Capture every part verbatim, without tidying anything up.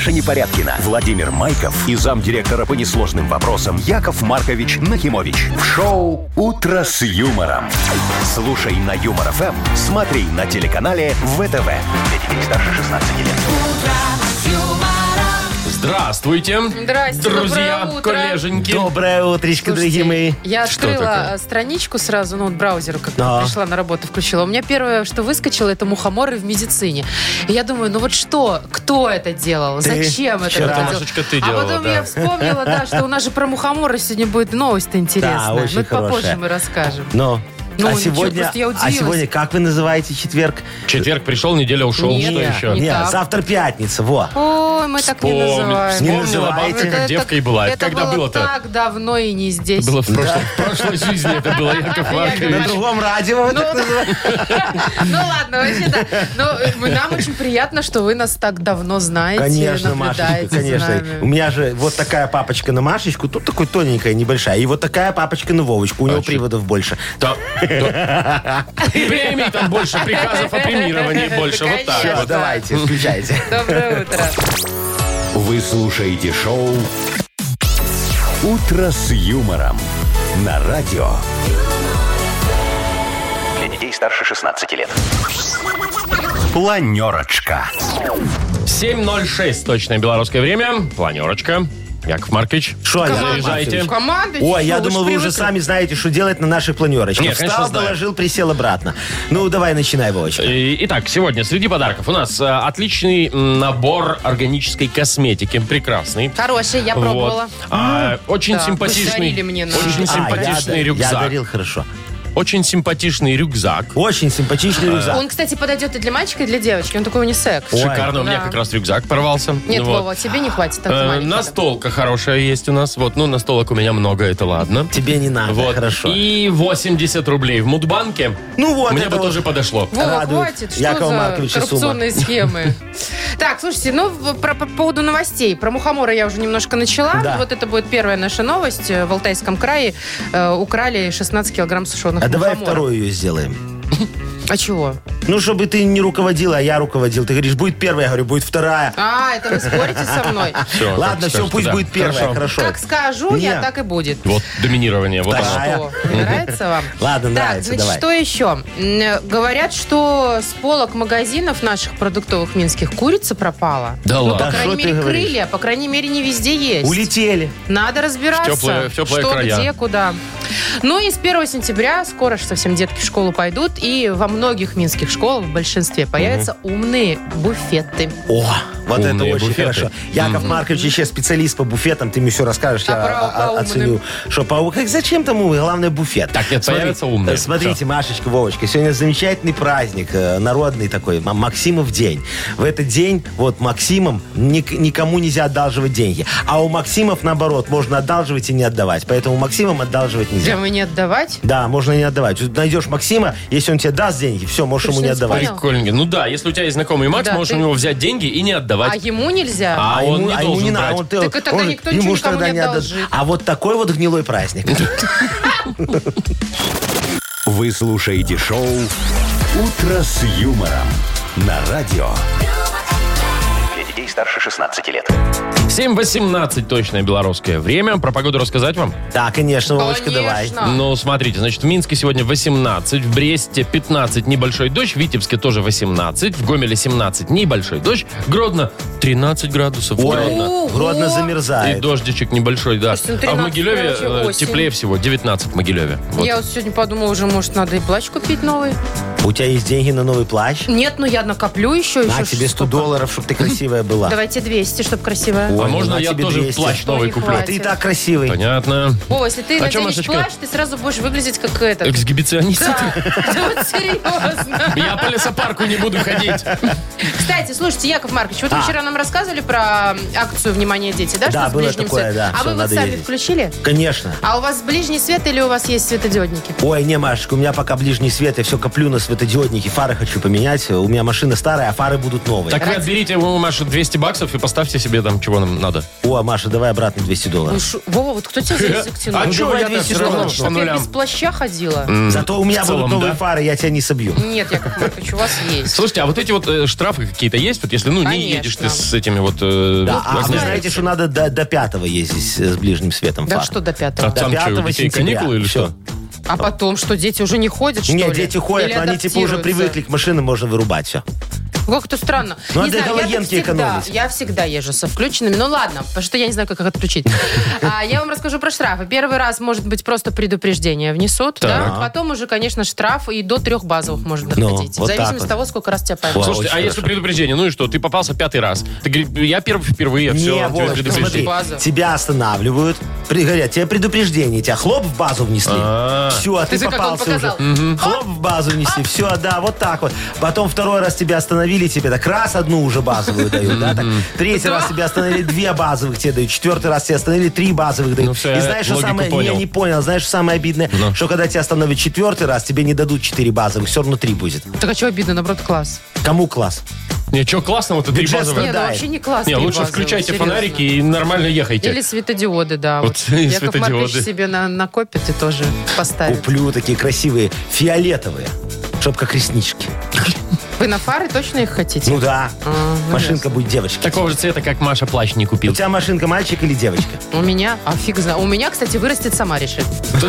Маша Непорядкина, Владимир Майков и замдиректора по несложным вопросам Яков Маркович Нахимович. В шоу «Утро с юмором». Слушай на Юмор ФМ, смотри на телеканале ВТВ. Для детей старше шестнадцати лет. Здравствуйте, Здрасте, друзья, доброе утро. коллеженьки. Доброе утречко, Слушайте, дорогие мои. я Что открыла такое? страничку сразу, ну, вот браузер, как Да. пришла на работу, включила. У меня первое, что выскочило, это мухоморы в медицине. И я думаю, ну вот что, кто это делал? Ты Зачем это вчера. делал? Машечка, ты а делала, потом да. я вспомнила, да, что у нас же про мухоморы сегодня будет новость интересная. Да, очень ну, попозже хорошая. мы расскажем. Но. Ну, а, ничего, сегодня, просто я а удивилась. сегодня как вы называете четверг? Четверг пришел, неделя ушел. Нет, Что нет, еще? не Нет, так. завтра пятница, во. Ой, мы так не Вспомни- называем. Не Вспомнила бабка, называйте. как девкой была. Это Это когда было было-то? так давно и не здесь. Было в прошлом- в прошлой жизни, это было, Яков На Маркович. другом радио вы Ну, так называете? Ну ладно, вообще да. Но э, нам очень приятно, что вы нас так давно знаете, Конечно, Машечка, наблюдаете конечно. за У нами. меня же вот такая папочка на Машечку, тут такой тоненькая, небольшая. И вот такая папочка на Вовочку, у него А чё? приводов больше. Да, да. Премий там больше, приказов о премировании больше. Вот так Все, вот. давайте, включайте. Доброе утро. Вы слушаете шоу «Утро с юмором» на радио. Для детей старше шестнадцати лет. Планерочка. семь ноль шесть точное белорусское время. Планерочка. Яков Маркович, Шо, Яков заезжайте. Маркович? Команда. Ой, я что, думал, ж вы уже привыкли. сами знаете, что делать на нашей планерочке. Нет, конечно, Встал, знаю. доложил, присел обратно. Ну, давай, начинай, Вовочка. И- Итак, сегодня среди подарков у нас э, отличный м, набор органической косметики. Прекрасный. Хороший, я Вот. пробовала. А, очень Да, вы симпатичный, дарили мне на- очень А, симпатичный я, я рюкзак. дарил хорошо. Очень симпатичный рюкзак. Очень симпатичный рюкзак. Он, кстати, подойдет и для мальчика, и для девочки. Он такой унисекс. Ой. Шикарно. У меня Да. как раз рюкзак порвался. Нет, Вот. Вова, тебе не хватит так Э, маленького. Настолка хорошая есть у нас. Вот, ну, настолок у меня много, это ладно. Тебе не надо, Вот. хорошо. И восемьдесет рублей в Мудбанке. Ну вот, Мне это бы вот тоже подошло. Вова, радует хватит, что Якова за Марковича коррупционные схемы? Так, слушайте, ну, в- про, по поводу новостей. Про мухомора я уже немножко начала. Да. Вот это будет первая наша новость. В Алтайском крае э, украли шестнадцать килограмм сушеных А давай мухоморов. вторую ее сделаем. А чего? Ну, чтобы ты не руководила, а я руководил. Ты говоришь, будет первая, я говорю, будет вторая. А, это вы спорите со мной? Всё, Ладно, как все, скажете, пусть да. будет первая, Хорошо. хорошо. Как скажу, я Не. так и будет. Вот доминирование. Вот Да. оно. Вторая. Что, не нравится вам? Ладно, Так, нравится, значит, давай. что еще? М, Говорят, что с полок магазинов наших продуктовых минских курица пропала. Да Ну, ладно. по Да крайней что ты мере, говоришь? крылья, по крайней мере, не везде есть. Улетели. Надо разбираться, В теплые- в теплые что, края. где, куда. Ну и с первого сентября скоро же совсем детки в школу пойдут, и во многих минских школах в большинстве появятся умные буфеты. О, вот Умные это очень буфеты. хорошо. Яков Маркович еще специалист по буфетам, ты мне все расскажешь, А я про- а- а- по оценю. умным? Что, по, как, зачем там умный? Главное, буфет. Так, нет, Смотри, появятся умные. э, Смотрите, Машечка, Вовочка, сегодня замечательный праздник, э, народный такой, М- Максимов день. В этот день вот Максимам ник- никому нельзя одалживать деньги. А у Максимов, наоборот, можно одалживать и не отдавать. Поэтому Максимам одалживать нельзя. Прямо не отдавать? Да, можно не отдавать. Вот найдешь Максима, если он тебе даст деньги, все, можешь Ты ему что, не не отдавать. понял? Прикольненько. Ну да, если у тебя есть знакомый Макс, Да, можешь ты- у него взять деньги и не А отдавать. ему нельзя? А он не ему должен не надо, брать. он ты- Так и тогда он- никто ему ничего ж никому тогда не отдаст. одолжит. А вот такой вот гнилой праздник. Вы слушаете шоу «Утро с юмором» на радио. Для детей старше шестнадцати лет. семь восемнадцать точное белорусское время. Про погоду рассказать вам? Да, конечно, Вовочка, давай. Конечно. Ну, смотрите, значит, в Минске сегодня восемнадцать, в Бресте пятнадцать, небольшой дождь, в Витебске тоже восемнадцать, в Гомеле семнадцать, небольшой дождь, Гродно тринадцать градусов. Ой, Гродно. Ого! Гродно И замерзает. дождичек небольшой, да. Слушайте, ну А в тринадцать, Могилеве короче, э, осень. теплее всего, девятнадцать в Могилеве. Вот. Я вот сегодня подумала, уже, может, надо и плащ купить новый. У тебя есть деньги на новый плащ? Нет, ну я накоплю еще. На еще тебе сто сколько. долларов, чтобы ты красивая была. Давайте двести, чтобы красивая. Ой, А можно на я тебе тоже двести. плащ Что новый не куплю? хватит? Ты и так красивый. Понятно. О, если ты А чё, наденешь Машечка? плащ, ты сразу будешь выглядеть как этот. Эксгибиционист? Да, да вот серьезно. Я по лесопарку не буду ходить. Кстати, слушайте, Яков Маркович, вот вы А. вчера нам рассказывали про акцию «Внимание, дети», да? Да, что с было ближним такое, светом? да, А что вы вот надо сами ездить. включили? Конечно. А у вас ближний свет или у вас есть светодиодники? Ой, не, Машечка, у меня пока ближний свет, я все коплю на светодиодники, фары хочу поменять. У меня машина старая, а фары будут новые. Так вы отберите у Маши две двести баксов и поставьте себе там, чего нам надо. О, Маша, давай обратно двести Ну, долларов. шо- Вова, вот кто тебя за язык тянул? А Ну, что, давай я двести все равно долларов. по Чтоб я нулям. без плаща ходила? Зато у меня в целом, будут новые да? фары, я тебя не собью. Нет, Яков Маркович, у вас есть. Слушайте, а вот эти вот э, штрафы какие-то есть? Вот если, ну, не Конечно. едешь ты с этими вот... э, Да, а вы огнями. знаете, что надо до, до пятого ездить с ближним светом Да фар? что до пятого? А там что, у пятого детей сентября. каникулы или Всё. что? А потом что, дети уже не ходят, что ли? Нет, дети ходят, Или но они типа уже адаптируются? привыкли к машинам, можно вырубать все. Как-то странно. Ну, не надо знаю, я галогенки всегда, экономить. я всегда езжу со включенными. Ну ладно, потому что я не знаю, как их отключить. А, я вам расскажу про штрафы. Первый раз может быть просто предупреждение внесут, да? Так. Потом уже, конечно, штраф и до трех базовых может доходить. вот в зависимости так от того, сколько раз тебя поймали. Вау. Слушайте, очень а если хорошо. предупреждение? Ну и что, ты попался пятый раз. Ты говоришь, я первый впервые, все, Не, тебе Вовочка, предупреждение. смотри, База. тебя останавливают, при- говорят, тебе предупреждение, тебя хлоп в базу внесли. А. Все, а ты Ты как он попался уже. показал. Хлоп в базу внесли, все, да, вот так вот. Потом второй раз тебя остановили, тебе так раз одну уже базовую дают, да, так. Третий раз тебя остановили, две базовых тебе дают. Четвертый раз тебя остановили, три базовых дают. Ну всё, И я знаешь, что логику самое... понял. Я не понял, знаешь, что самое обидное? Ну. Что когда тебя остановят четвертый раз, тебе не дадут четыре базовых, все равно три будет. Так а что обидно, наоборот, класс. Кому класс? Не, что классно, вот это три Бюджет базовые. Не, ну Страдает. вообще не класс. Не, три лучше базовых, включайте серьезно. фонарики и нормально ехайте. Или светодиоды, да. Вот Вот. и Яков Маркович светодиоды. себе на, накопит и тоже поставит. Куплю такие красивые, фиолетовые, чтоб как реснички. Вы на фары точно их хотите? Ну да. А, ну Машинка будет девочка. Такого же цвета, как Маша плащ не У купил. тебя машинка мальчик или девочка? У меня? А фиг знает. У меня, кстати, вырастет, сама решит.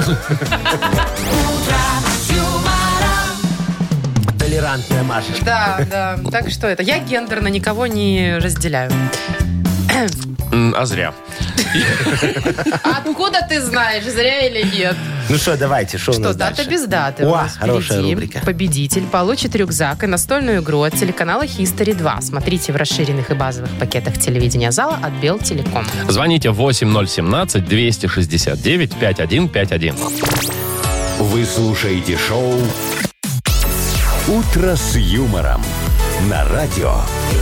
Толерантная Машечка. Да, да. Так что это? Я гендерно никого не разделяю. М, А зря. А откуда ты знаешь, зря или нет? Ну что, давайте, что у Что, нас дата дальше? без даты. О, у нас хорошая впереди. рубрика. Победитель получит рюкзак и настольную игру от телеканала History два. Смотрите в расширенных и базовых пакетах телевидения зала от Белтелеком. Звоните восемь ноль семнадцать двести шестьдесят девять пятьдесят один пятьдесят один. Вы слушаете шоу «Утро с юмором» на радио.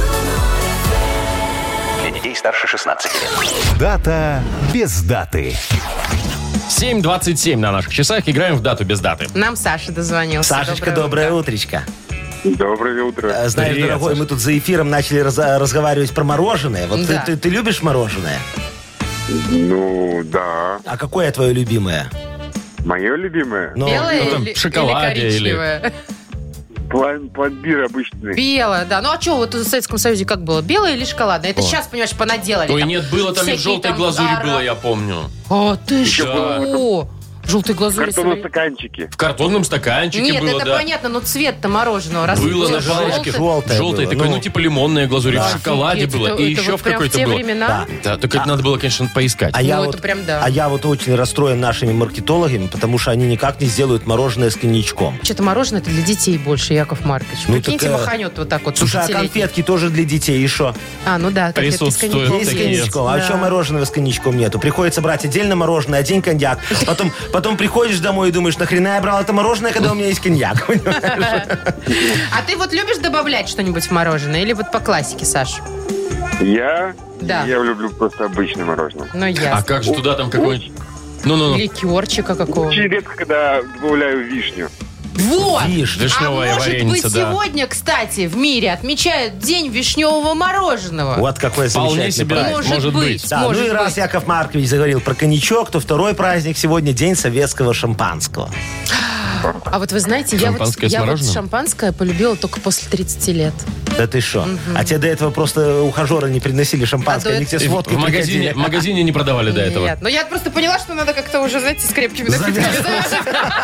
Для детей старше шестнадцати лет. Дата без даты. семь двадцать семь на наших часах. Играем в дату без даты. Нам Саша дозвонился. Сашечка, доброе утречко. Доброе утро. Э, Знаешь, Привет, дорогой, Саш. мы тут за эфиром начали раз- разговаривать про мороженое. Вот Да. ты, ты- ты любишь мороженое? Ну, да. А какое твое любимое? Мое любимое. Ну, Белое ну, там или, в шоколаде или или- коричневое? План- Пломбир обычный. Белое, да. Ну а что, вот в Советском Союзе как было? Белое или шоколадное? Это сейчас, понимаешь, понаделали. Ой, там нет, было там и в всякие желтой там глазури ара- было, я помню. А ты что? Желтый В глазурь. картонном смотри. стаканчике. В картонном стаканчике Нет, было, это да. понятно, но цвет-то мороженого. Разве Было был на желтый? палочке. Желтое Желтое, было, такое, ну, ну. типа лимонная глазурь, в шоколаде Офигеть, было, это- и это еще вот в прям какой-то те было. времена? Да, только это надо было, конечно, поискать. А я, Ну, вот, это прям да. а я вот очень расстроен нашими маркетологами, потому что они никак не сделают мороженое с коньячком. Что-то мороженое это для детей больше, Яков Маркович. Ну, Прикиньте, так, э, маханет вот так вот. Слушай, а десятилетний. конфетки тоже для детей, и что? А, ну да, конфетки с Присутствуют коньяком Есть с такие. коньячком. А Да. что мороженого с коньячком нету? Приходится брать отдельно мороженое, один коньяк. Потом, потом приходишь домой и думаешь, нахрена я брал это мороженое, когда у меня есть коньяк? А ты вот любишь добавлять что-нибудь в мороженое? Или вот по классике, Саш? Я? Да. Я люблю просто обычное мороженое. Ну, А ясно. как же туда там какой-нибудь... Ну-ну-ну. Ликерчика какого? Очень редко, когда добавляю вишню. Вот! Видишь, Вишневая а может вареница, быть, да. сегодня, кстати, в мире отмечают День вишневого мороженого? вот какой Вполне замечательный себе. праздник. Может, Может быть, быть. Да, может ну и раз быть. Яков Маркович заговорил про коньячок, то второй праздник сегодня День советского шампанского. А вот вы знаете, я, вот, Шампанское с я вот мороженым? шампанское полюбила только после тридцати лет. Да ты что? А тебе до этого просто ухажеры не приносили шампанское, А до они к тебе И с в водкой в магазине, приходили. в магазине не продавали до этого. Нет, но я просто поняла, что надо как-то уже, знаете, с крепкими напитками завязывать.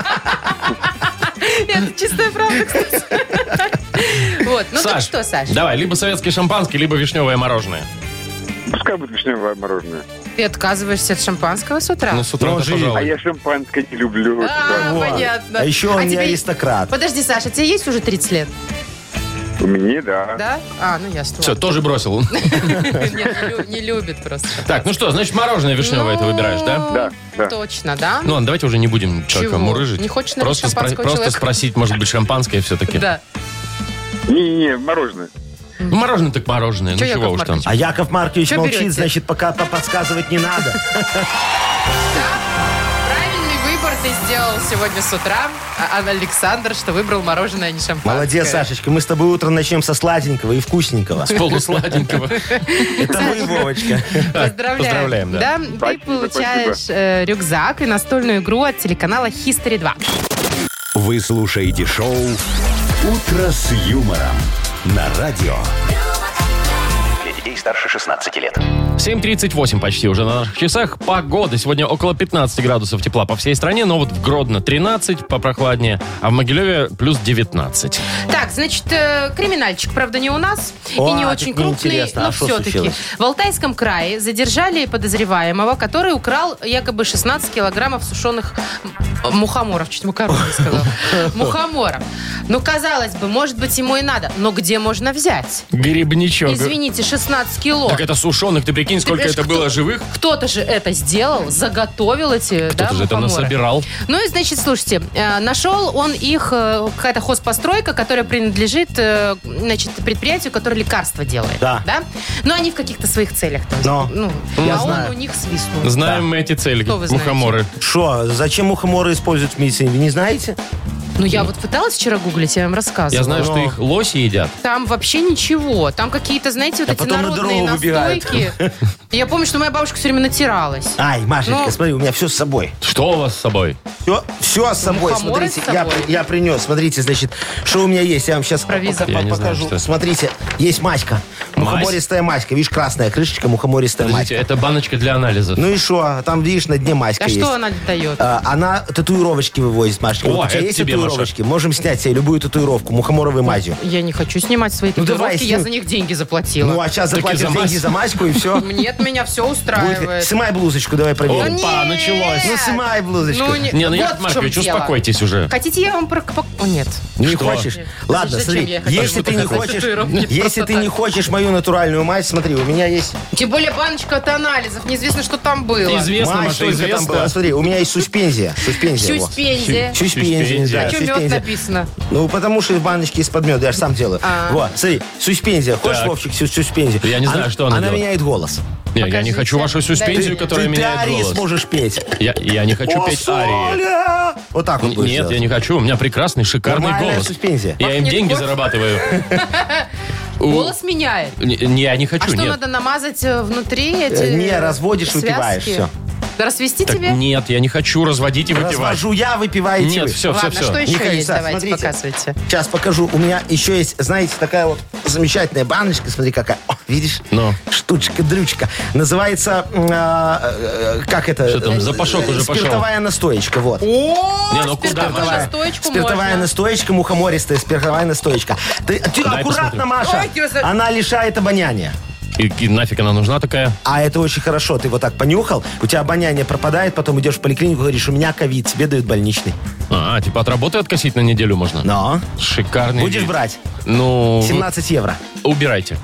Это чистая правда, кстати. Вот, ну так Саш, что, Саш? давай, либо советское шампанское, либо вишневое мороженое. Пускай будет вишневое мороженое. Ты отказываешься от шампанского с утра? Ну, с утра Ну, это же- А пожалуй. я шампанское не люблю. А, Вот. понятно. А еще он не тебе- аристократ. Подожди, Саша, тебе есть уже тридцать лет? Мне, да. Да? А, ну ясно. Все, тоже бросил. Нет, не лю- не любит просто. Так, ну что, значит, мороженое вишневое ты Ну, выбираешь, да? Да, да. Точно, да? Ну ладно, давайте уже не будем человека Чего? мурыжить. Не хочешь налить просто, шампанского просто человека? спросить, может быть, шампанское все-таки. Да. Не-не-не, мороженое. Ну, мороженое так мороженое. Чё, Ну, чего Яков уж там. Маркович? А Яков Маркович Чё молчит, берете? значит, пока по- подсказывать не надо. Правильный выбор ты сделал сегодня с утра, а Александр, что выбрал мороженое, а не шампанское. Молодец, Сашечка. Мы с тобой утром начнем со сладенького и вкусненького. С полусладенького. Это вы, Вовочка. Поздравляем. Поздравляем, да. Ты Спасибо, получаешь э, рюкзак и настольную игру от телеканала History два. Вы слушаете шоу «Утро с юмором» на радио. Для детей старше шестнадцати лет. семь тридцать восемь почти уже на наших часах. Погода сегодня около пятнадцати градусов тепла по всей стране, но вот в Гродно тринадцать, попрохладнее, а в Могилеве плюс девятнадцать. Так, значит, э, криминальчик, правда, не у нас О, и не как очень мне крупный, интересно, но а что все-таки. случилось? В Алтайском крае задержали подозреваемого, который украл якобы шестнадцать килограммов сушеных м- мухоморов. Чуть макароны не сказала. Мухоморов. Ну, казалось бы, может быть, ему и надо. Но где можно взять? Грибничок. Извините, шестнадцать кило. Так это сушеных, ты прикинь, сколько понимаешь, это кто- было живых? Кто-то же это сделал, заготовил эти, да, Кто-то же это мухоморы. насобирал. Ну и, значит, слушайте, э, нашел он их, э, какая-то хозпостройка, которая принадлежит, э, значит, предприятию, которое лекарства делает. Да. Но они в каких-то своих целях. Там, Но. ну, Я а знаю. он у них свистнул. Знаем мы эти цели, Что вы знаете? мухоморы. Что, зачем мухоморы используют в медицине? Вы не знаете? Ну, я вот пыталась вчера гуглить, я вам рассказывала. Я знаю, что Но. их лоси едят. Там вообще ничего. Там какие-то, знаете, вот А эти потом на народные дорогу выбегают. настойки. Я помню, что моя бабушка все время натиралась. Ай, Машечка, Ну. смотри, у меня все с собой. Что у вас с собой? Все, все с собой, Мухоморы смотрите, с я, собой? при- я принес. Смотрите, значит, что у меня есть. Я вам сейчас Провизор. Я не знаю, покажу. что это. Смотрите, есть маська. Мухомористая маська. Видишь, красная крышечка, мухомористая Подождите, маська. это баночка для анализов. Ну и что? Там, видишь, на дне маська А есть. что она дает? А, она татуировочки вывозит, Машечка. О, Вот у тебя это есть тебе, татуировочки? Можем снять себе любую татуировку мухоморовой мазью. Я не хочу снимать свои Ну, давай, татуировки, я сним. за них деньги заплатила. Ну, а сейчас Так и заплатишь за деньги мазь. за маську и все. Нет, меня все устраивает. Снимай блузочку, давай проверим. Опа, началось. Ну, снимай блузочку. Ну, не, Не, ну, вот Яков в чем Маркович, дело. успокойтесь уже. Хотите, я вам про... О, нет. Не Что? хочешь? Ладно, Зачем смотри, я хочу если ты не показать хочешь, татуировки если просто ты так? не хочешь мою натуральную мазь, смотри, у меня есть Тем более баночка от анализов. Неизвестно, что там было. Известно, мазь, Маша, только там известно. была. Смотри, у меня есть суспензия. Суспензия. во. Сюспензия. Суспензия, да, Что мед суспензия. написано? Ну, потому что в баночке из-под меда, я же сам делаю. А. Вот, смотри, суспензия. Хочешь, Так. Вовчик, сю- суспензию? Я не знаю, что она Она делает. меняет голос. Не, я не Покажите. хочу вашу суспензию, Ты- которая Ты меняет арии голос. сможешь петь. Я, я не хочу О, петь арии. Соля! Вот так вот будешь Нет, делать. я не хочу. У меня прекрасный, шикарный Нормальная голос. суспензия. Я им Пахнет деньги кофе. зарабатываю. У- Голос меняет. Не, не, я не А хочу, что, нет. надо намазать э, внутри эти Э, не, разводишь, связки? выпиваешь, всё. Расвести Так тебе? нет, я не хочу разводить и выпивать. Развожу я, выпиваете Нет, вы. все, все, Ладно, все. что еще Николай, есть? так, Давайте, смотрите. показывайте. Сейчас покажу. У меня еще есть, знаете, такая вот замечательная баночка. Смотри, какая. О, видишь? Ну. Штучка-дрючка. Называется, м, а, э, как это? Что там, запашок уже пошел? Спиртовая настоечка, вот. О, Не, ну куда, спиртовую Маша? настоечку Спиртовая можно. настоечка, мухомористая спиртовая настоечка. Ты, ты Дай аккуратно, посмотрю. Маша. Ой, я за- Она лишает обоняния. И, и нафиг она нужна такая? А это очень хорошо. Ты вот так понюхал, у тебя обоняние пропадает, потом идешь в поликлинику, говоришь, у меня ковид, тебе дают больничный. А, типа от работы откосить на неделю можно? Но. Шикарный Будешь вид. брать? Ну, семнадцать евро. убирайте.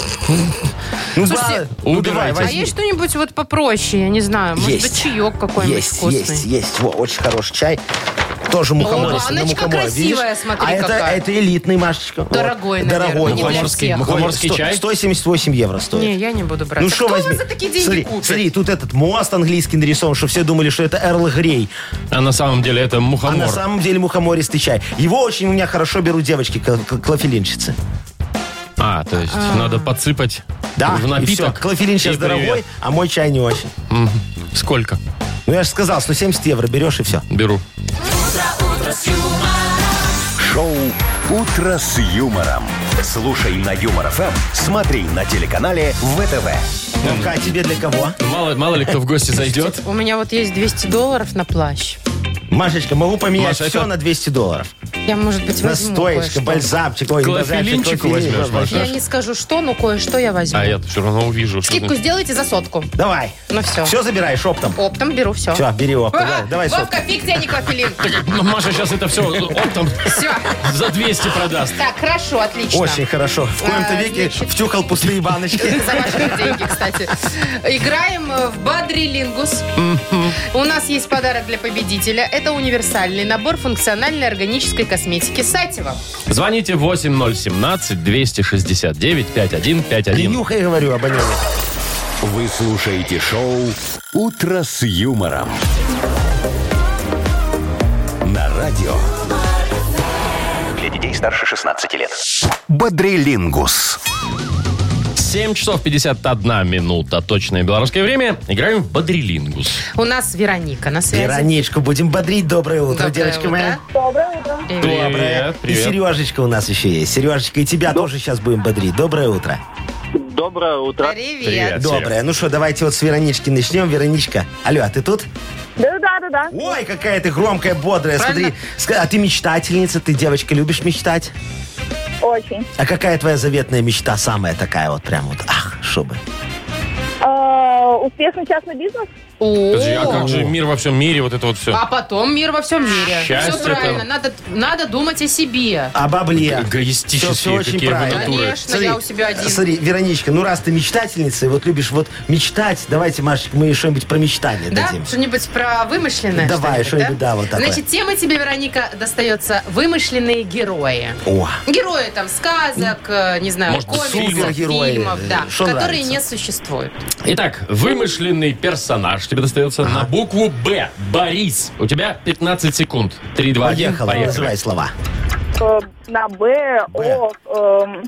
Ну, Слушайте, ба- ну, убирайте. давай, А возьми. есть что-нибудь вот попроще, я не знаю, может Есть. быть, чаек какой-нибудь Есть, вкусный? есть, есть. Во, очень хороший чай. Тоже мухомористый. на баночка мухоморе, красивая, видишь? смотри, А это, какая. это элитный, Машечка. Вот. Дорогой, наверное, Дорогой. не для Мухоморский, всех. мухоморский Ой, чай? сто семьдесят восемь евро стоит. Не, я не буду брать. Ну А что кто у возьми? вас за такие деньги смотри, купит? смотри, тут этот мост английский нарисован, что все думали, что это Эрл Грей. А на самом деле это А мухомор. на самом деле мухомористый чай. Его очень у меня хорошо берут девочки, кла- кла- клофелинщицы. А, то есть надо подсыпать Да, в и все. напиток. Клофелин сейчас И привет. дорогой, а мой чай не очень. Мгм. Сколько? Ну я же сказал, сто семьдесят евро берешь и все. Беру. Шоу «Утро с юмором». Слушай на Юмор ФМ, смотри на телеканале ВТВ. Ну-ка, а тебе для кого? Мало, мало ли кто в гости зайдет. У меня вот есть двести долларов на плащ. Машечка, могу поменять Маша, все это- на двести долларов. Я, может быть, возьму Настоечка, кое-что. бальзамчик. Ой, Клофелинчик бальзамчик, возьмешь, клофелин, Маша. Я не скажу, что, но кое-что я возьму. А я все равно увижу. что Скидку ты- сделайте за сотку. Давай. Ну все. Все забираешь оптом. Оптом беру все. Все, бери оптом. Давай, давай сотку. Вовка, фиг тебе не клофелин. Ну, Маша сейчас это все оптом Все. за двести продаст. Так, хорошо, отлично. Очень хорошо. В коем-то А, веке значит- втюхал пустые баночки. За ваши же деньги, кстати. Играем в Бадрилингус. У нас есть подарок для победителя. Это универсальный набор функциональной органической косметики Сатева. Звоните восемь ноль семнадцать двести шестьдесят девять пятьдесят один пятьдесят Не один. нюхай, говорю, абонент. Вы слушаете шоу «Утро с юмором» радио. Для детей старше шестнадцати лет. Бодрилингус. семь часов пятьдесят одна минута. Точное белорусское время. Играем в Бодрилингус. У нас Вероника на связи. Вероничку будем бодрить. Доброе утро, Доброе девочка утро. моя. Привет. Привет, И привет. Сережечка у нас еще есть. Сережечка, и тебя тоже сейчас будем бодрить. Доброе утро. Доброе утро. Привет. Привет. Доброе. Ну что, давайте вот с Веронички начнем. Вероничка, алло, а ты тут? Да, да, да, да. Ой, какая ты громкая, бодрая. Правильно? Смотри, ска- а ты мечтательница? Ты, девочка, любишь мечтать? Очень. А какая твоя заветная мечта самая такая вот прям вот? Ах, чтобы. А, успешный частный бизнес? О, Подожди, а как же мир во всем мире, вот это вот все? А потом мир во всем мире. Счастье Все правильно. там. Надо, надо думать о себе. А бабле. Эгоистические Всё- всё очень какие вы правильно. натуры. Конечно, я у себя один. Смотри, Вероничка, ну раз ты мечтательница и вот любишь вот мечтать, давайте, Машечка, мы ей что-нибудь про мечтание Да? дадим. Что-нибудь про вымышленное? Давай, что-нибудь, да, вот такое. Значит, тема тебе, Вероника, достается вымышленные герои. О, Герои там сказок, э, не знаю, Может быть, комиксов, супергерои, фильмов, да, что которые нравится? не существуют. Итак, вымышленный персонаж тебе достается на букву Б. Борис. У тебя пятнадцать секунд. три, два, один, поехала, поехали. называй слова. Э, на Б, О, эм,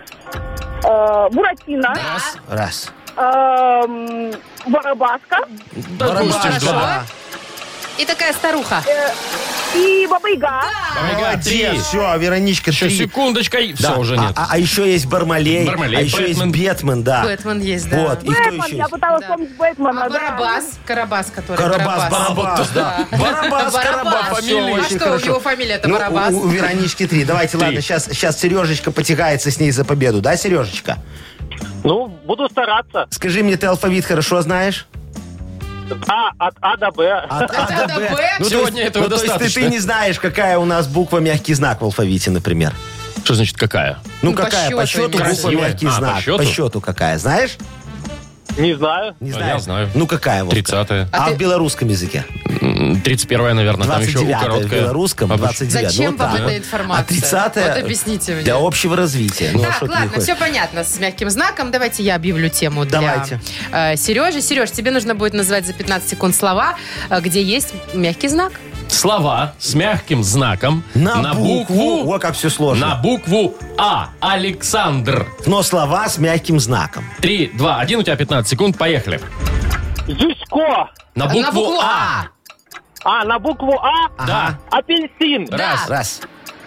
э, Буратино, Раз. Раз. эм, Барабаска Допустим, Хорошо. два. И такая старуха. и Баба-Яга. Омега три. Молодец, все, Вероничка, Еще три. секундочка, и Да. все, уже А- нет. А, а еще есть Бармалей, Бармалей, а еще Бэтмен. есть Бэтмен, да. Бэтмен есть, да. Вот, и кто Бэтмен, еще я есть? пыталась Да. вспомнить Бэтмена. А да. Барабас? Карабас, который Карабас, Барабас, да. Барабас, Карабас, Барабас. все, А очень что, у хорошо. него фамилия-то Ну, Барабас? у, у Веронички три. Давайте, ладно, сейчас, сейчас Сережечка потягается с ней за победу, да, Сережечка? Ну, буду стараться. Скажи мне, ты алфавит хорошо знаешь? А, от А до Б. От От А до Б? Ну, то Сегодня есть- этого ну, то есть ты- достаточно. ты не знаешь, какая у нас буква мягкий знак в алфавите, например. Что значит какая? Ну, Ну, по какая? По счету счету имеется. буква мягкий А, по знак. счету? По счету какая, знаешь? Не знаю. Не А, знаешь? я знаю. Ну, какая, Вовка? Тридцатая. А, А в ты- белорусском языке? М, тридцать первая, наверное. Там двадцать еще девятое в короткая. белорусском, А, двадцать девятое. Зачем Ну, вам так. эта информация? А тридцатое Вот объясните мне. для общего развития. Ну, а Так, что ты не ладно, хочешь? все понятно с мягким знаком. Давайте я объявлю тему для Давайте. э, Сережи. Сереж, тебе нужно будет назвать за пятнадцать секунд слова, э, где есть мягкий знак. Слова с мягким знаком На, букву. букву О, как все сложно. на букву А. Александр. Но слова с мягким знаком. Три, два, один. У тебя пятнадцать секунд. Поехали. Зюсько. На букву, На букву А. А. А, на букву А. Да. Апельсин. Раз. Раз.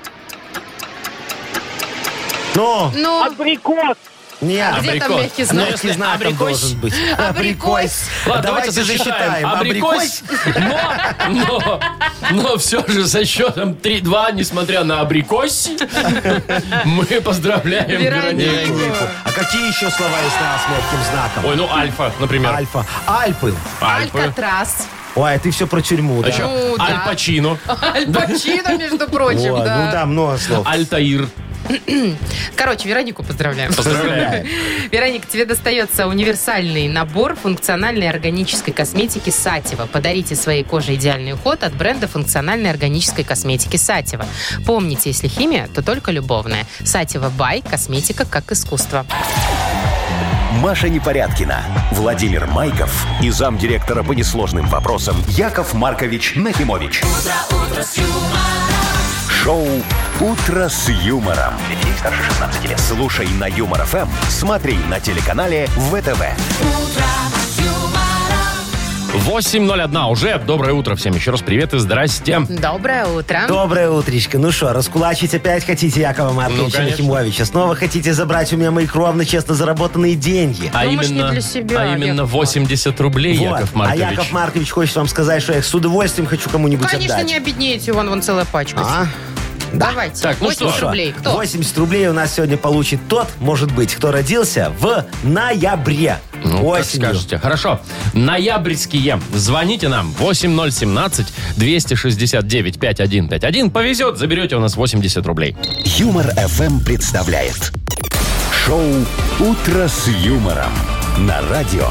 Ну, Ну, Абрикос. нет. где абрикос. там мягкий знак? Мягкий знак там абрикос. должен быть. Абрикос. Ладно, Давайте давайте засчитаем. Абрикос. Абрикос. Но, но, но все же со счетом три-два, несмотря на абрикос, мы поздравляем Веронику. Веронику. А какие еще слова есть на с мягким знаком? Ой, ну альфа, например. Альфа. Альпы. Альпы. Алькатрас. Ой, ты все про тюрьму, А да? еще Ну, да. Аль Пачино. Аль Пачино, между прочим, Ой, да. ну да, много слов. Альтаир. Короче, Веронику поздравляем. Поздравляем. Вероника, тебе достается универсальный набор функциональной органической косметики Сатева. Подарите своей коже идеальный уход от бренда функциональной органической косметики Сатева. Помните, если химия, то только любовная. Сатева Бай. Косметика как искусство. Маша Непорядкина, Владимир Майков и замдиректора по несложным вопросам Яков Маркович Нахимович. Шоу «Утро с юмором». Для детей старше шестнадцати лет. Слушай на Юмор ФМ, смотри на телеканале ВТВ. восемь ноль один уже. Доброе утро всем. Еще раз привет и здрасте. Доброе утро. Доброе утречко. Ну что, раскулачить опять хотите Якова Ну, Марковича конечно. Нахимовича? Снова хотите забрать у меня мои кровно честно заработанные деньги? А Ну, мы ж не именно, для себя, а именно Яков восемьдесят рублей, Вот. Яков А Маркович. Яков Маркович хочет вам сказать, что я их с удовольствием хочу кому-нибудь Конечно, отдать. не обеднеете, вон, вон целая пачка. А? Давайте. Так, ну восемьдесят что? рублей. Кто? восемьдесят рублей у нас сегодня получит тот, может быть, кто родился в ноябре. Ну, как Осенью. скажете. Хорошо. Ноябрьские. Звоните нам. восемь ноль один семь двести шестьдесят девять пятьдесят один пятьдесят один. Повезет, заберете у нас восемьдесят рублей. Юмор ФМ представляет шоу «Утро с юмором» на радио.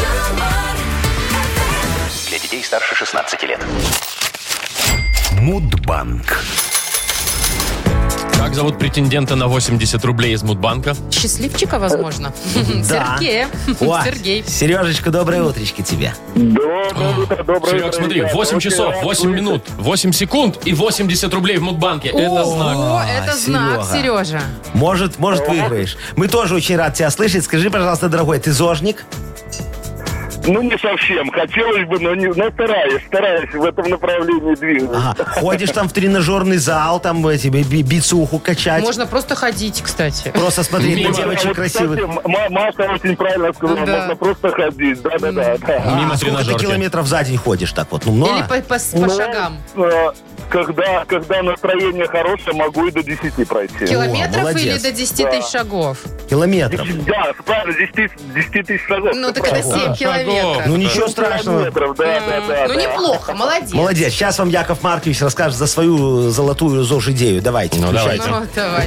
Для детей старше шестнадцати лет. Мудбанк. Как зовут претендента на восемьдесят рублей из Мудбанка? Счастливчика, возможно. Да. Сергей. О, Сергей. Сережечка, доброе утречко тебе. Доброе утро, доброе Серег, утро, смотри, ребята. восемь Очень часов, рад восемь слышать. минут, восемь секунд и восемьдесят рублей в Мудбанке. Это знак. О, это знак, Серега. Сережа. Может, может, выиграешь. Мы тоже очень рад тебя слышать. Скажи, пожалуйста, дорогой, ты зожник? Ну, не совсем. Хотелось бы, но, не, но стараюсь, стараюсь в этом направлении двигаться. Ага. Ходишь там в тренажерный зал, там э, тебе би- бицуху качать. Можно просто ходить, кстати. Просто смотреть на Мимо. девочек Вот, красивых. кстати, М- Маша очень правильно сказала, Да. можно просто ходить. Да-да-да. да. Мимо А сколько ты тренажерки. километров за день ходишь так вот? Ну, много? Или по, по- по Ну, шагам. э, Когда, когда настроение хорошее, могу и до десяти пройти. Километров молодец. или до десяти тысяч шагов? Километров. Да, правильно, десять, десять тысяч шагов. Ну, ты так это прав. семь километров. Ну, ничего страшного. Километров, да, да, да. Ну, да. неплохо, молодец. Молодец. Сейчас вам Яков Маркович расскажет за свою золотую ЗОЖ-идею. Давайте. Ну, включайте. давайте. Ну, давай.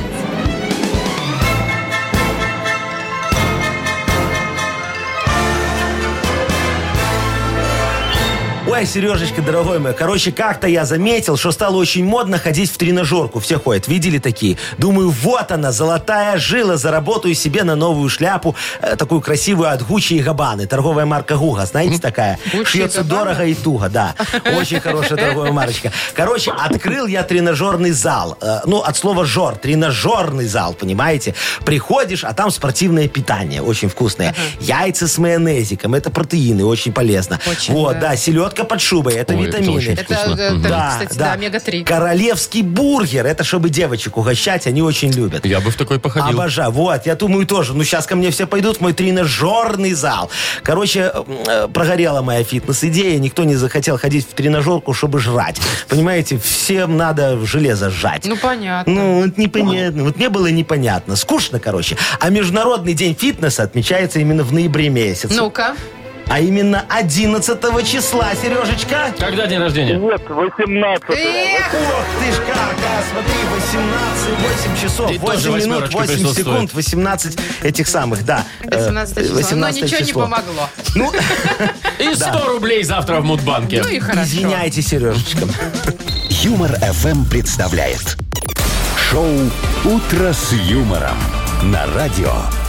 Ой, Сережечка, дорогой мой, короче, как-то я заметил, что стало очень модно ходить в тренажерку. Все ходят, видели такие? Думаю, вот она, золотая жила, заработаю себе на новую шляпу, э, такую красивую от Гуччи и Габбаны. Торговая марка Гуга, знаете, такая? Гуччи и Шьется Габбана? дорого и туго, да. Очень хорошая торговая марочка. Короче, открыл я тренажерный зал. Э, ну, от слова жор, тренажерный зал, понимаете? Приходишь, а там спортивное питание, очень вкусное. Яйца с майонезиком, это протеины, очень полезно. Очень, вот, да. да, селедка под шубой, это Ой, это витамины. очень Это, вкусно. это, Мгм. кстати, да, омега три. Королевский бургер, это чтобы девочек угощать, они очень любят. Я бы в такой походил. Обожаю. Вот, я думаю тоже. Ну, сейчас ко мне все пойдут в мой тренажерный зал. Короче, э, прогорела моя фитнес-идея. Никто не захотел ходить в тренажерку, чтобы жрать. Понимаете, всем надо в железо сжать. Ну, понятно. Ну, вот непонятно. Вот мне было непонятно. Скучно, короче. А Международный день фитнеса отмечается именно в ноябре месяце. Ну-ка. А именно одиннадцатого числа, Сережечка. Когда день рождения? Нет, восемнадцатого. Эх, Ох ты ж как, а, смотри, восемнадцать, восемь часов, И тоже восемь минут, восьмерочка восемь присутствует. секунд, восемнадцать этих самых, да. э, восемнадцатое число. Но восемнадцатое ничего не число. помогло. Ну, И сто рублей завтра в Мудбанке. Ну и хорошо. извиняйте, Сережечка. Юмор эф эм представляет шоу «Утро с юмором» на радио.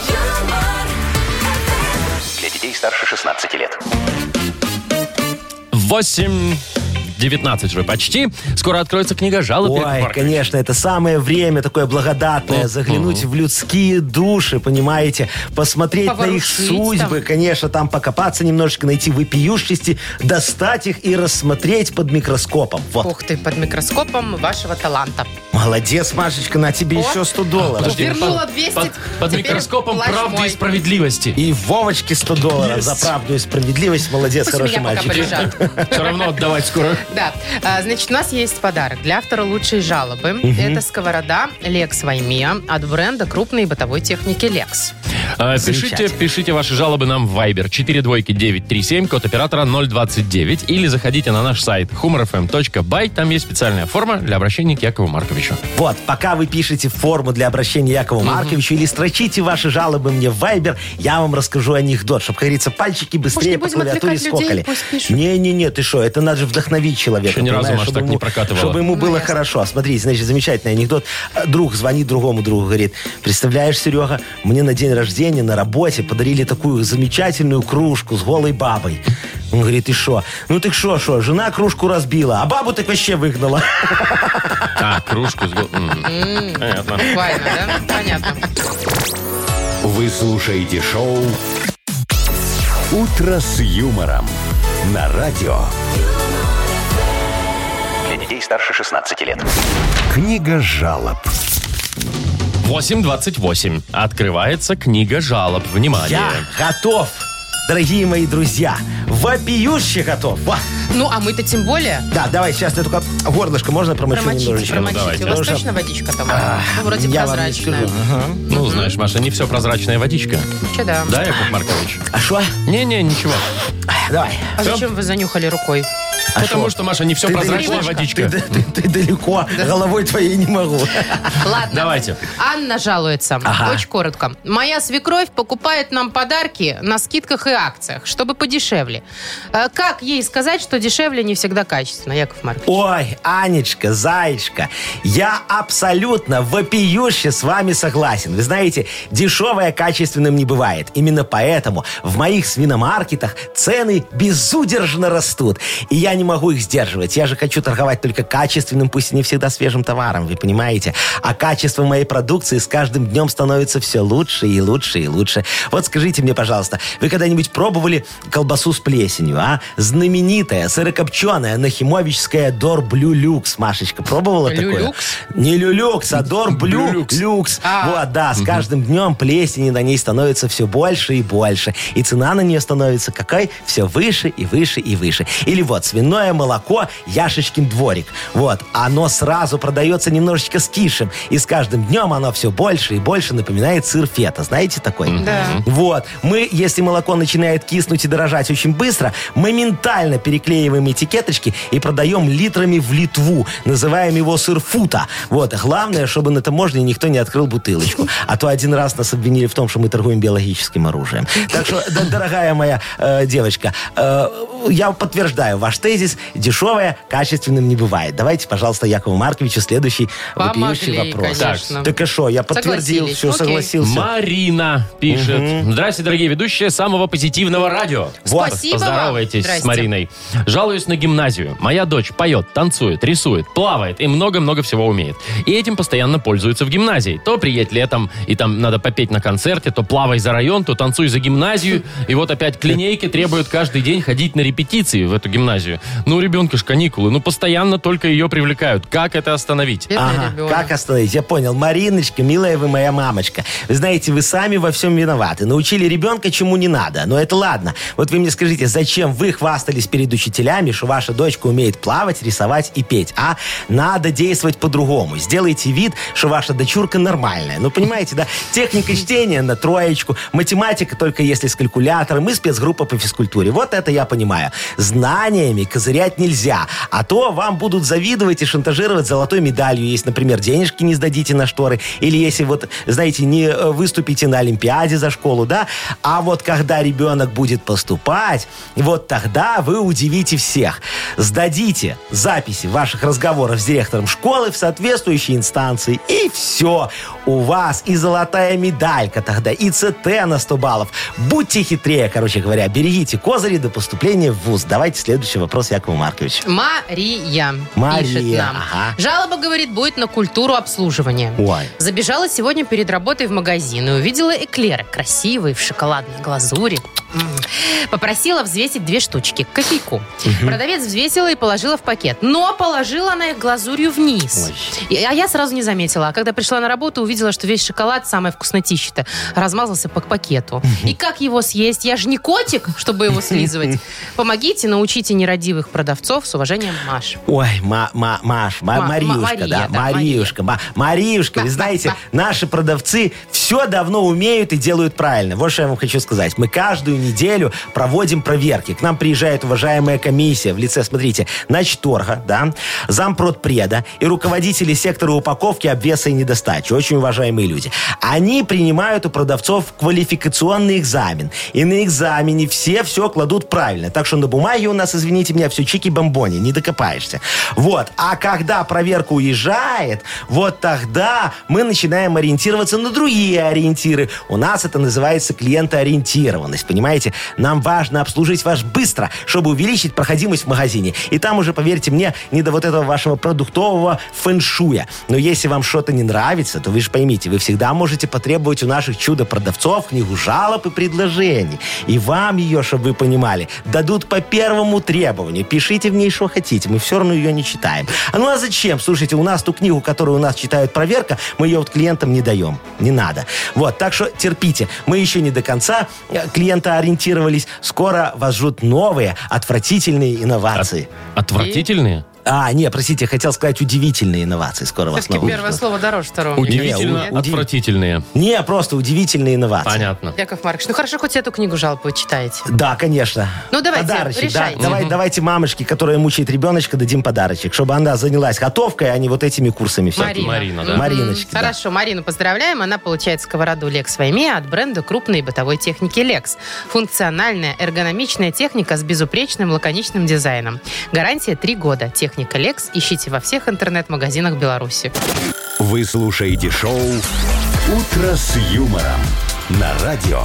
Для детей старше шестнадцати лет. восемь девятнадцать уже почти. Скоро откроется книга жалоб. Яков Ой, Маркович. конечно, это самое время такое благодатное, Мгм. заглянуть в людские души, понимаете, посмотреть на их Поворушить судьбы, там. конечно, там покопаться немножечко, найти вопиющести, достать их и рассмотреть под микроскопом. Вот. Ух ты, под микроскопом вашего таланта. Молодец, Машечка, на тебе О. еще сто долларов. Подожди, Вернула под- двести, Под, под теперь микроскопом плащ правды мой. и справедливости. И Вовочке сто долларов Есть. за правду и справедливость. Молодец, Пусть у хороший меня пока мальчик. полежат. Все равно отдавать скоро. Да. А, значит, у нас есть подарок для автора лучшей жалобы. Это сковорода Lex Ваймия от бренда крупной бытовой техники Lex. А, Пишите, Замечательно. пишите ваши жалобы нам в Viber четыре двойки девять три семь, код оператора ноль двадцать девять. Или заходите на наш сайт humor эф эм точка бай. Там есть специальная форма для обращения к Якову Марковичу. Вот, пока вы пишете форму для обращения Якову Марковичу или строчите ваши жалобы мне в Viber, я вам расскажу анекдот, чтобы, как говорится, пальчики быстрее по будем клавиатуре отвлекать людей, скокали. пусть пишут. Не-не-не, ты что, это надо же вдохновить человека. Еще ни разу, понимаешь, Маш, чтобы так не ему- прокатывало. Чтобы ему Ну, было ясно. хорошо. Смотрите, значит, замечательный анекдот. Друг звонит другому другу, говорит, представляешь, Серега, мне на день рождения на работе подарили такую замечательную кружку с голой бабой. Он говорит, и что? Ну так что, что, жена кружку разбила, а бабу так вообще выгнала. А, кружку с... гол- М, Понятно. Буквально, да? Понятно. Вы слушаете шоу «Утро с юмором» на радио. Для детей старше шестнадцати лет. Книга жалоб. восемь двадцать восемь. Открывается книга жалоб. Внимание. Я готов, дорогие мои друзья. Вопиюще готов. Во. Ну, а мы-то тем более. Да, давай, сейчас я только горлышко можно промочу Промочите, немножечко? промочите. давайте. У вас Потому что- точно водичка там? Ну, вроде Я вам не прозрачная. скажу. Ага. Ну, знаешь, Маша, не все прозрачная водичка. Че да? Да, Яков Маркович? А что? Не-не, ничего. Давай. А Всё? зачем вы занюхали рукой? Потому шо? что, Маша, не все Ты прозрачная далеко? водичка. Ты, ты- ты далеко, головой твоей не могу. Ладно. Давайте. Анна жалуется. Ага. Очень коротко. Моя свекровь покупает нам подарки на скидках и акциях, чтобы подешевле. Э, Как ей сказать, что дешевле не всегда качественно, Яков Маркович? Ой, Анечка, Заячка, я абсолютно вопиюще с вами согласен. Вы знаете, дешевое качественным не бывает. Именно поэтому в моих свиномаркетах цены безудержно растут. И я не могу их сдерживать. Я же хочу торговать только качественным, пусть и не всегда свежим товаром, вы понимаете? А качество моей продукции с каждым днем становится все лучше и лучше и лучше. Вот скажите мне, пожалуйста, вы когда-нибудь пробовали колбасу с плесенью, а? Знаменитая, сырокопченая, нахимовическая Дор Блю Люкс. Машечка, пробовала такое? Люлюкс? Не Люлюкс, а Дор Блю Люлюкс. Люкс. А. Вот, да, с каждым днем плесени на ней становится все больше и больше. И цена на нее становится какой? Все выше и выше и выше. Или вот, свиное молоко Яшечкин дворик. Вот, оно сразу продается немножечко с кишем. И с каждым днем оно все больше и больше напоминает сыр фета. Знаете такой? Да. Вот. Мы, если молоко начинает киснуть и дорожать очень быстро, моментально переклеиваем этикеточки и продаем литрами в Литву. Называем его сыр фута. Вот. Главное, чтобы на таможне никто не открыл бутылочку. А то один раз нас обвинили в том, что мы торгуем биологическим оружием. Так что, да, дорогая моя э, девочка, э, я подтверждаю ваш тезис. Дешевое качественным не бывает. Давайте, пожалуйста, Якову Марковичу следующий вопиющий Помогли, вопрос. конечно. Так и что? Я подтвердил, Согласились. все, Окей. согласился. Марина пишет. Здравствуйте, дорогие ведущие самого позитивного радио. Вот. Спасибо вам. Поздоровайтесь Здрасте. с Мариной. Жалуюсь на гимназию. Моя дочь поет, танцует, рисует, плавает и много-много всего умеет. И этим постоянно пользуются в гимназии. То приедь летом, и там надо попеть на концерте, то плавай за район, то танцуй за гимназию. И вот опять к линейке требуют каждый день ходить на репетиции в эту гимназию. Ну, у ребенка ж каникулы. Ну, постоянно только ее привлекают. Как это остановить? Бедный Ага, ребенок. как остановить? Я понял. Мариночка, милая вы моя мамочка. Вы знаете, вы сами во всем виноваты. Научили ребенка, чему не надо. Но это ладно. Вот вы мне скажите, зачем вы хвастались перед учителями, что ваша дочка умеет плавать, рисовать и петь? А надо действовать по-другому. Сделайте вид, что ваша дочурка нормальная. Ну, понимаете, да? Техника чтения на троечку, математика только если с калькулятором и спецгруппа по физкультуре. Вот это я понимаю. Знаниями козырять нельзя. А то вам будут завидовать и шантажировать золотой медалью, если, например, денежки не сдадите на шторы, или если, вот, знаете, не выступите на Олимпиаде за школу, да? А вот когда ребенок будет поступать, вот тогда вы удивите всех. Сдадите записи ваших разговоров с директором школы в соответствующей инстанции, и все. У вас и золотая медалька тогда, и ЦТ на сто баллов. Будьте хитрее, короче говоря. Берегите козыри до поступления в вуз. Давайте следующий вопрос, Яков Маркович. Мария, Мария, пишет нам. ага. Жалоба, говорит, будет на культуру обслуживания. Ой. Забежала сегодня перед работой в магазин и увидела эклеры. Красивые, в шоколадной глазури. М. Попросила взвесить две штучки к кофейку. Продавец взвесила и положила в пакет. Но положила она их глазурью вниз. И- а я сразу не заметила. А когда пришла на работу, увидела, что весь шоколад, самое вкуснотища-то, размазался по пакету. И как его съесть? Я же не котик, чтобы его слизывать. Помогите, научите нерадивых продавцов. С уважением, Маш. Ой, ма, ма, Маш, ма, Ма- Мариюшка, Мария, да, да, Мариюшка, ма, Мариюшка, вы Ба- знаете, ба- наши продавцы все давно умеют и делают правильно. Вот что я вам хочу сказать. Мы каждую неделю проводим проверки. К нам приезжает уважаемая комиссия в лице, смотрите, начторга, да, зампродпреда и руководители сектора упаковки, обвеса и недостачи. Очень уважаемые люди. Они принимают у продавцов квалификационный экзамен. И на экзамене все все кладут правильно. Так что на бумаге у нас, извините меня, все чики-бомбони, не докопаешься. Вот. А когда проверка уезжает, вот тогда мы начинаем ориентироваться на другие ориентиры. У нас это называется клиентоориентированность, понимаете? Нам важно обслужить вас быстро, чтобы увеличить проходимость в магазине. И там уже, поверьте мне, не до вот этого вашего продуктового фэншуя. Но если вам что-то не нравится, то вы же поймите, вы всегда можете потребовать у наших чудо-продавцов книгу жалоб и предложений. И вам ее, чтобы вы понимали, дадут по первому требованию. Пишите в ней, что хотите. Мы все равно ее не читаем. А ну а зачем? Слушайте, у нас ту книгу, которую у нас читают проверка, мы ее вот клиентам не даем. Не надо. Вот, так что терпите. Мы еще не до конца э, клиента ориентировались. Скоро вас ждут новые, отвратительные инновации. Отвратительные? А, не, простите, хотел сказать удивительные инновации. Скоро вас Все-таки научу. первое слово дороже второго. Удивительно Не, у- удив- отвратительные. Не, просто удивительные инновации. Понятно. Яков Маркович, ну хорошо, хоть эту книгу жалоб вы читаете. Да, конечно. Ну, давайте, Подарочек, да. решайте. Давай, Давайте мамочке, которая мучает ребеночка, дадим подарочек, чтобы она занялась готовкой, а не вот этими курсами всякими. Марина, да. Мгм. Мариночки, да. Хорошо, Марину поздравляем. Она получает сковороду Lex Вайме от бренда крупной бытовой техники Lex. Функциональная, эргономичная техника с безупречным лаконичным дизайном. Гарантия три года. Техника Lex ищите во всех интернет-магазинах Беларуси. Вы слушаете шоу «Утро с юмором» на радио.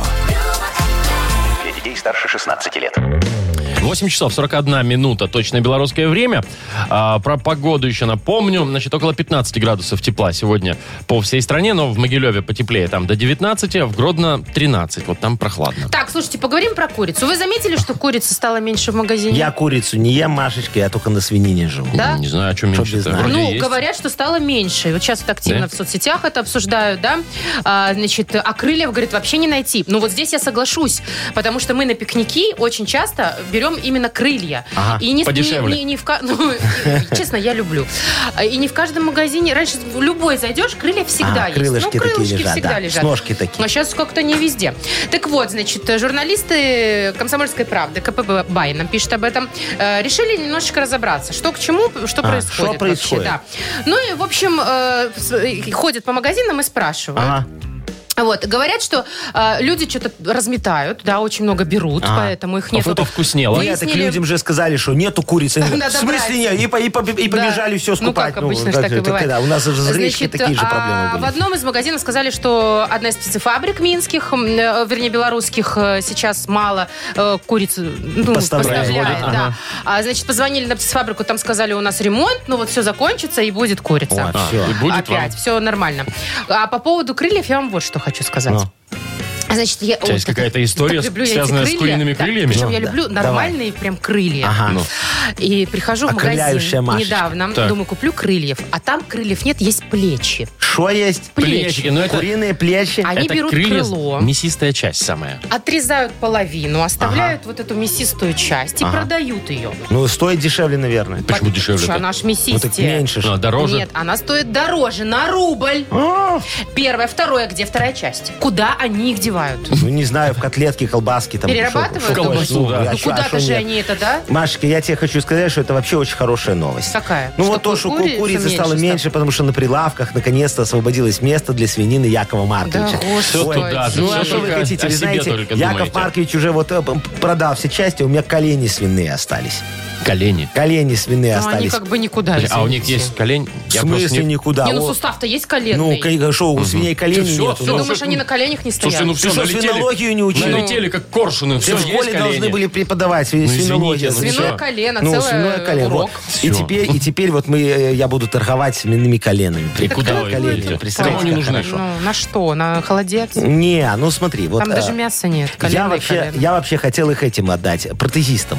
Для детей старше шестнадцати лет. восемь часов сорок одна минута, точное белорусское время. А, про погоду еще напомню. Значит, около пятнадцати градусов тепла сегодня по всей стране, но в Могилеве потеплее, там до девятнадцати, а в Гродно тринадцать. Вот там прохладно. Так, слушайте, поговорим про курицу. Вы заметили, что курицы стало меньше в магазине? Я курицу не ем, Машечка, я только на свинине живу. Да? Не знаю, о чем Чтоб меньше. без знать. Вроде Ну, есть. говорят, что стало меньше. И вот сейчас вот активно Да? в соцсетях это обсуждают, да. А, значит, а крыльев, говорит, вообще не найти. Ну, вот здесь я соглашусь, потому что мы на пикники очень часто берем именно крылья. Ага. И не, Подешевле. не- не- не в ка- ну, честно, я люблю. И не в каждом магазине. Раньше в любой зайдешь, крылья всегда А, есть. крылышки ну, такие крылышки лежат, всегда да. лежат. С ножки такие. А сейчас как-то не везде. Так вот, значит, журналисты «Комсомольской правды», ка пэ бэ Бай нам пишет об этом, э, решили немножечко разобраться, что к чему, что А, происходит. что вообще, происходит? да. Ну и, в общем, э, с- ходят по магазинам и спрашивают. Ага. Вот, говорят, что э, люди что-то разметают, да, очень много берут, Ага. поэтому их А нет. это вкуснело. Вы- Нет, так Выяснили- людям же сказали, что нету курицы. Они говорят, Надо в смысле брать. нет? И, по- и, по- и побежали Да. все скупать. Ну, как обычно ж как так и это, бывает. когда? У нас же с гречкой Значит, такие же а, проблемы В были. одном из магазинов сказали, что одна из птицефабрик минских, м, э, вернее, белорусских, э, сейчас мало э, курицы ну, Поставляет. поставляет. Производит, Да. ага. А, значит, позвонили на птицефабрику, там сказали, у нас ремонт, ну вот все закончится и будет курица. О, А, всё. и будет вам. Опять, все нормально. А по поводу крыльев я вам вот что хочу сказать. Ну. Значит, я, У тебя есть ой, какая-то так история, люблю я эти связанная с крылья. куриными Да, крыльями? Причем Ну, я да. люблю Давай. нормальные прям крылья. Ага. Ну. И прихожу в Окрыляющая магазин Машечка. недавно, Так. думаю, куплю крыльев. А там крыльев нет, есть плечи. Что есть? Плечики, ну это, Куриные плечи. Они это берут крылья, крыло. мясистая часть самая. Отрезают половину, оставляют вот эту мясистую часть и Ага. продают ее. Ну, стоит дешевле, наверное. Почему Потому дешевле? что она ж мясистее. Ну, так меньше ж. Ну, а дороже? Нет, она стоит дороже, на рубль. А, Первое. Второе, где вторая часть? Куда они их девают? Ну, не знаю, в котлетки, колбаски. Там, Перерабатывают, шо- шо- думаете? ну, да. а Ну шо- а куда-то шо же нет? они это, да? Машечка, я тебе хочу сказать, что это вообще очень хорошая новость. Какая? Ну Что вот то, что ку- курицы курицы меньше стало стало? меньше, потому что на прилавках наконец-то освободилось место для свинины Якова Марковича. Да, Все Ой, туда же, Ну, все а что вы только хотите? о Вы себе знаете, только Яков думаете. Маркович уже вот э, продал все части, у меня колени свиные остались. Колени. Колени свиные Ну, они остались. как бы никуда. А у них извините. есть колень? В Я просто смысле не- никуда? Не, ну О, сустав-то есть коленный. Ну, ка- что, у свиней колени Всё, нет. всё, Ты ну, думаешь, что- они на коленях не стоят? Слушайте, ну все, Ты что, налетели. свинологию не учили? Налетели, как коршуны. Все Все, в есть школе должны колени. были преподавать свин- извините, свинологию. ну Свиное всё. колено, Ну, целый свиное колено. урок. вот. И Всё. теперь, и теперь вот мы, э, я буду торговать свиными коленами. И куда Прикольно, вы коленями. будете? Представляете, Кому они как нужны? хорошо. Ну, на что? На холодец? Не, ну смотри, вот. Там э, даже мяса нет. я Коленное вообще, колено. я вообще хотел их этим отдать, протезистам.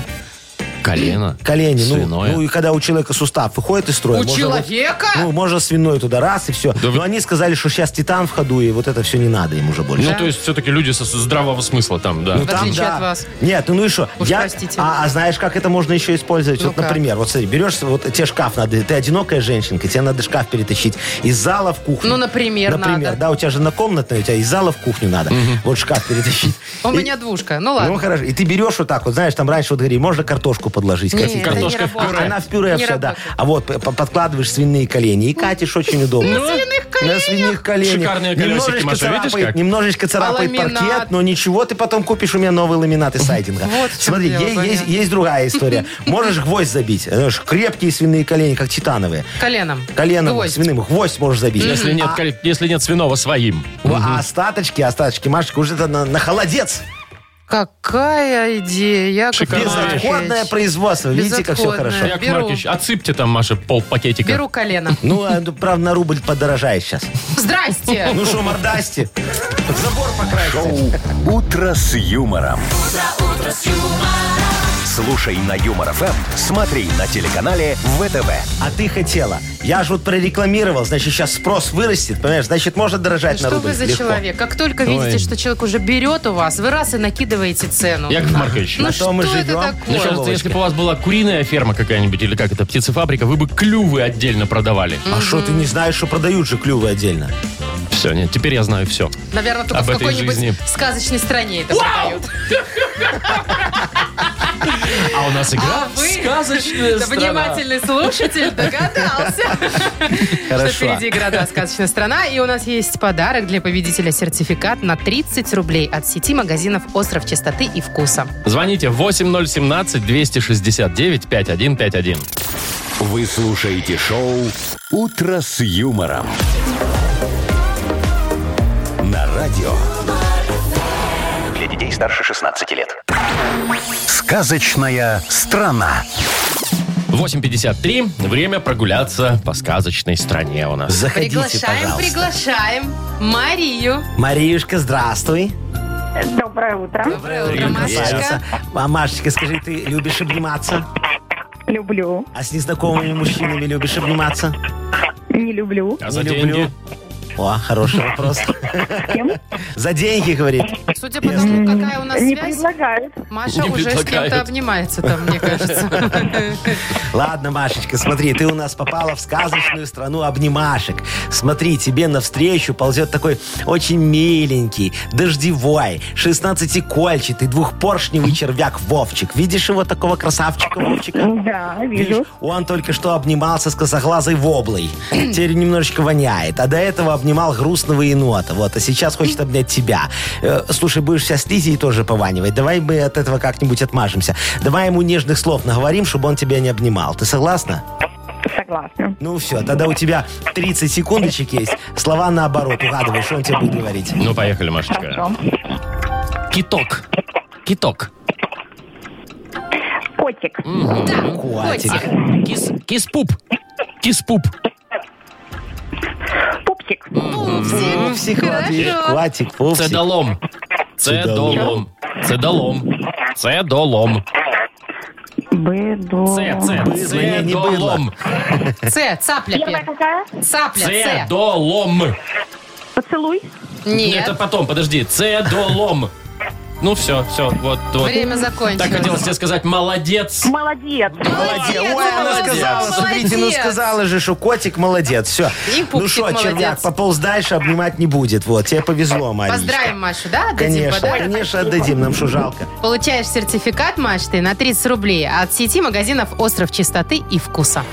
Колено. Колени, ну, Свиное. ну и когда у человека сустав выходит из строя. У можно человека? Вот, ну, можно свиной туда раз и все. Да Но вы- они сказали, что сейчас титан в ходу, и вот это все не надо им уже больше. Ну, то есть, все-таки люди со здравого смысла там, да. Ну, В отличие от вас. Нет, ну, ну и что? Уж Я- простите. А, а знаешь, как это можно еще использовать? Ну вот, как? например, вот смотри, берешь, вот тебе шкаф надо, ты одинокая женщинка, тебе надо шкаф перетащить из зала в кухню. Ну, например, Например, надо. да, у тебя же однокомнатная, у тебя из зала в кухню надо. Вот шкаф перетащить. У И- меня двушка. Ну Ну, ладно. хорошо. И ты берешь вот так вот, знаешь, там раньше вот говорили, можно картошку подложить. Не, катить. это не Картошка в работает. пюре. Она в пюре Не все, да. работает. А вот п- п- подкладываешь свиные колени и катишь очень удобно. На свиных На свиных коленях. Шикарные колесики, Немножечко Маша, видишь царапает, как? немножечко царапает А ламинат? паркет, но ничего, ты потом купишь у меня новый ламинат из сайдинга. Вот в чем Смотри, дело, есть, есть, понятно. есть другая история. Можешь гвоздь забить. Знаешь, крепкие свиные колени, как титановые. Коленом. Коленом Гвоздь. свиным гвоздь можешь забить. Если нет, кол- если нет свиного, своим. Во, А остаточки, остаточки, Машечка, уже это на, на холодец. Какая идея, Яков Шикарно. Маркович. Безотходное производство. Видите, как все Безотходное. хорошо. Яков Беру. Маркович, отсыпьте там, Маша, пол пакетика. Беру колено. Ну, а, ну, правда, на рубль подорожает сейчас. Здрасте. Ну что, мордасти? Забор покрасьте. Шоу «Утро с юмором». Слушай на Юмор ФМ, смотри на телеканале ВТВ. А ты хотела. Я же вот прорекламировал, значит, сейчас спрос вырастет, понимаешь? Значит, можно дорожать Что на рубль вы за легко. человек? Как только видите, что человек уже берет у вас, вы раз и накидываете цену. Яков Маркович. Ну На что то мы это живем. такое? Ну, сейчас, Вовочка. если бы у вас была куриная ферма какая-нибудь, или как это, птицефабрика, вы бы клювы отдельно продавали. А что, ты не знаешь, что продают же клювы отдельно? Все, нет, теперь я знаю все. Наверное, только Об в этой какой-нибудь жизни. сказочной стране это продают. А у нас игра А вы, «Сказочная да, страна». внимательный слушатель, догадался. Что Хорошо. впереди игра «Да, сказочная страна». И у нас есть подарок для победителя. Сертификат на тридцать рублей от сети магазинов «Остров чистоты и вкуса». Звоните восемь ноль семнадцать двести шестьдесят девять пятьдесят один пятьдесят один. Вы слушаете шоу «Утро с юмором». На радио. Для детей старше шестнадцати лет. Сказочная страна. восемь пятьдесят три. Время прогуляться по сказочной стране у нас. Заходите, Приглашаем, пожалуйста. приглашаем Марию. Мариюшка, здравствуй. Доброе утро. Доброе утро, Привет, Машечка. красавица. А, Машечка, скажи, ты любишь обниматься? Люблю. А с незнакомыми мужчинами любишь обниматься? Не люблю. А за Не деньги? люблю. О, хороший вопрос. Кем? За деньги, говорит. Судя по тому, какая у нас Не связь, предлагают. Маша Не уже с предлагают. кем-то обнимается там, мне кажется. Ладно, Машечка, смотри, ты у нас попала в сказочную страну обнимашек. Смотри, тебе навстречу ползет такой очень миленький, дождевой, шестнадцатикольчатый, двухпоршневый червяк Вовчик. Видишь его, такого красавчика Вовчика? Да, Видишь, вижу. он только что обнимался с косоглазой воблой. Теперь немножечко воняет. А до этого обнимал грустного енота. Вот, а сейчас хочет обнять тебя. Э, слушай, будешь вся слизи и тоже пованивать. Давай мы от этого как-нибудь отмажемся. Давай ему нежных слов наговорим, чтобы он тебя не обнимал. Ты согласна? Согласна. Ну все, тогда у тебя тридцать секундочек есть. Слова наоборот. Угадывай, что он тебе будет говорить. Ну, поехали, Машечка. Хорошо. Киток. Киток. Котик. Котик. Кис, кис-пуп. Кис-пуп. Пупсик. Пупсик, Хорошо. котик, пупсик. Цедолом. Цедолом. Цедолом. Цедолом. Быдо. Ц, ц, Быдло, не, не цедолом. С, цапля. Первая пе- какая? Цапля, С. Цедолом. Поцелуй. Нет. Это потом, подожди. Цедолом. Ну все, все, вот, вот. Время закончилось. Так хотелось тебе сказать, молодец. Молодец. Молодец. Ой, она молодец, сказала, молодец. смотрите, ну сказала же, что котик молодец. Все. И пупсик Ну что, молодец. червяк пополз дальше, обнимать не будет. Вот, тебе повезло, Мария. Поздравим Машу, да? Отдадим Конечно, подарок? конечно, отдадим, нам что жалко. Получаешь сертификат, Маш, ты на тридцать рублей от сети магазинов «Остров чистоты и вкуса».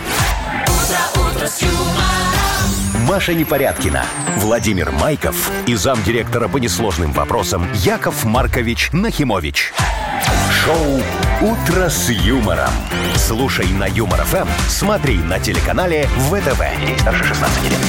Маша Непорядкина, Владимир Майков и замдиректора по несложным вопросам Яков Маркович Нахимович. Шоу «Утро с юмором». Слушай на Юмор ФМ, смотри на телеканале ВТВ. Ей старше шестнадцати лет.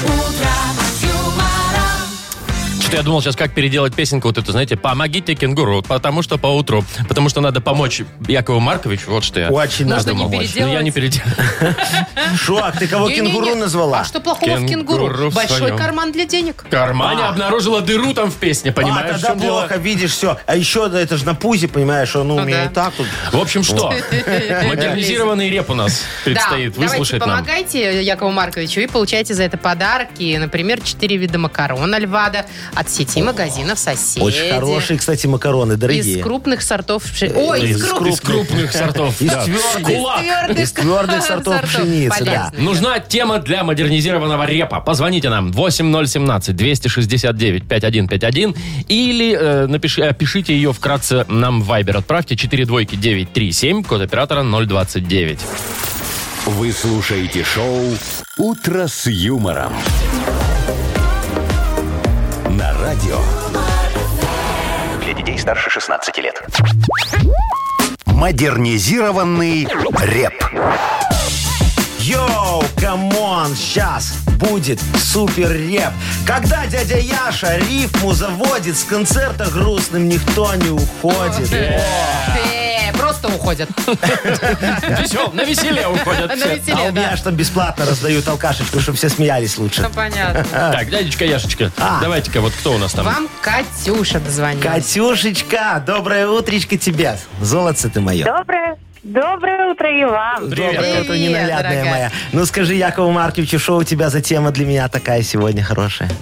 Что-то я думал сейчас, как переделать песенку вот эту, знаете, «Помогите кенгуру», потому что поутру. Потому что надо помочь Якову Марковичу, вот что я Очень Нужно надо не думал. переделывать. Ну, я не переделал. Шо, а ты кого Не-не-не. кенгуру назвала? А что плохого в Кенгуру кенгуру? в Большой своем. карман для денег. В кармане А. обнаружила дыру там в песне, А, понимаешь, в тогда чем дело? плохо, видишь, все. А еще это же на пузе, понимаешь, он ну, у Ну меня да. и так тут. В общем, что? Модернизированный реп у нас предстоит Да, давайте выслушать нам. помогайте Якову Марковичу и получайте за это подарки. Например, четыре вида макарон Альвада от сети магазинов «Соседи». Очень хорошие, кстати, макароны, дорогие. Из крупных сортов пшеницы. Ой, из, из круп- Из крупных сортов. Из да. твердых. Кулак. твердых, Из твердых сортов пшеницы, да. Полезно. Нужна тема для модернизированного репа. Позвоните нам восемь ноль семнадцать двести шестьдесят девять пятьдесят один пятьдесят один или э, напиши, опишите ее вкратце нам в Viber. Отправьте четыре двойки девять три семь, код оператора ноль двадцать девять. Вы слушаете шоу «Утро с юмором». На радио. Для детей старше шестнадцати лет. Модернизированный реп. Йоу, камон, сейчас будет супер реп. Когда дядя Яша рифму заводит, с концерта грустным никто не уходит. Э, просто уходят. Весел, на веселе уходят На все. А веселе, у меня да. ж там бесплатно раздают алкашечку, чтобы все смеялись лучше. Ну, понятно. Так, дядечка Яшечка, А. давайте-ка, вот кто у нас там? Вам Катюша дозвонилась. Катюшечка, доброе утречко тебе. Золотце ты мое. Доброе. Доброе утро и вам. Привет. Доброе утро, Привет, ненаглядная дорогая. моя. Ну скажи, Якову Марковичу, что у тебя за тема для меня такая сегодня хорошая?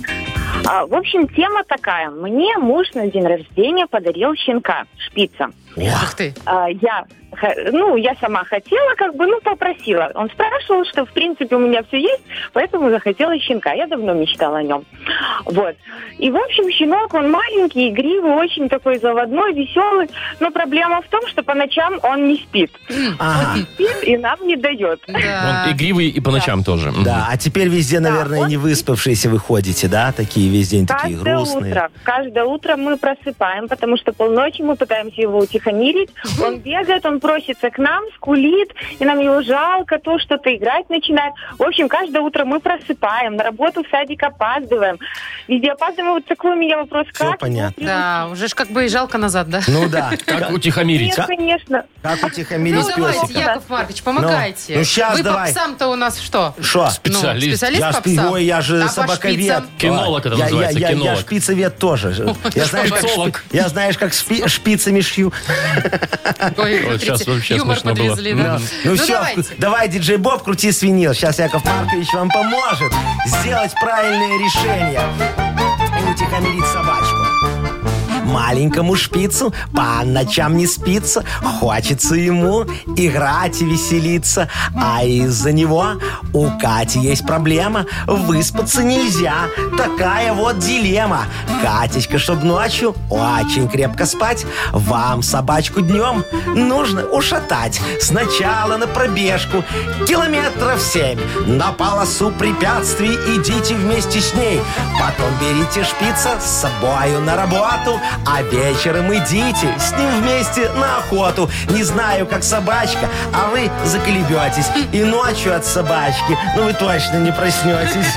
А, в общем, тема такая. Мне муж на день рождения подарил щенка, шпица. Ух ты. А, я, х- ну, я сама хотела, как бы, ну, попросила. Он спрашивал, что, в принципе, у меня все есть, поэтому захотела щенка. Я давно мечтала о нем. Вот. И, в общем, щенок, он маленький, игривый, очень такой заводной, веселый. Но проблема в том, что по ночам он не спит. Ага. Он не спит и нам не дает. Да. Он игривый и по ночам тоже. Мгм. Да, а теперь везде, наверное, он- не выспавшиеся вы ходите, да? Такие весь день такие Каждое грустные. утро, каждое утро мы просыпаем, потому что полночи мы пытаемся его утихомирить. Он бегает, он просится к нам, скулит, и нам его жалко, то что-то играть начинает. В общем, каждое утро мы просыпаем, на работу в садик опаздываем. Везде опаздываем. Вот такой у меня вопрос. Всё как понятно. Да, уже ж как бы и жалко назад, да? Ну да. Как утихомирить? Нет, конечно. Как Ну, утихомирить давайте, песика? Яков Маркович, помогайте. Ну, ну, щас Вы давай. по псам-то у нас что? Шо? Специалист. Ну, специалист Я по шпи- псам. Ой, я же А по собаковед. шпицам? Кинолог это Я- называется, я, я, кинолог. Я шпицевед тоже. Я знаешь, как, Шпицолог. шпи- я знаешь, как спи- шпицами шью. Ой, Вот сейчас смотрите, вообще юмор смешно было. подвезли, да? Ну, Ну, все, давайте. давай, диджей Боб, крути свинил. Сейчас Яков Маркович вам поможет сделать правильное решение и утихомирить собачку. Маленькому шпицу по ночам не спится, хочется ему играть и веселиться. А из-за него у Кати есть проблема, выспаться нельзя. Такая вот дилемма. Катечка, чтоб ночью очень крепко спать, вам собачку днем нужно ушатать. Сначала на пробежку километров семь, на полосу препятствий идите вместе с ней. Потом берите шпица с собою на работу, а вечером идите с ним вместе на охоту. Не знаю, как собачка, а вы заколебетесь. И ночью от собачки, ну вы точно не проснетесь.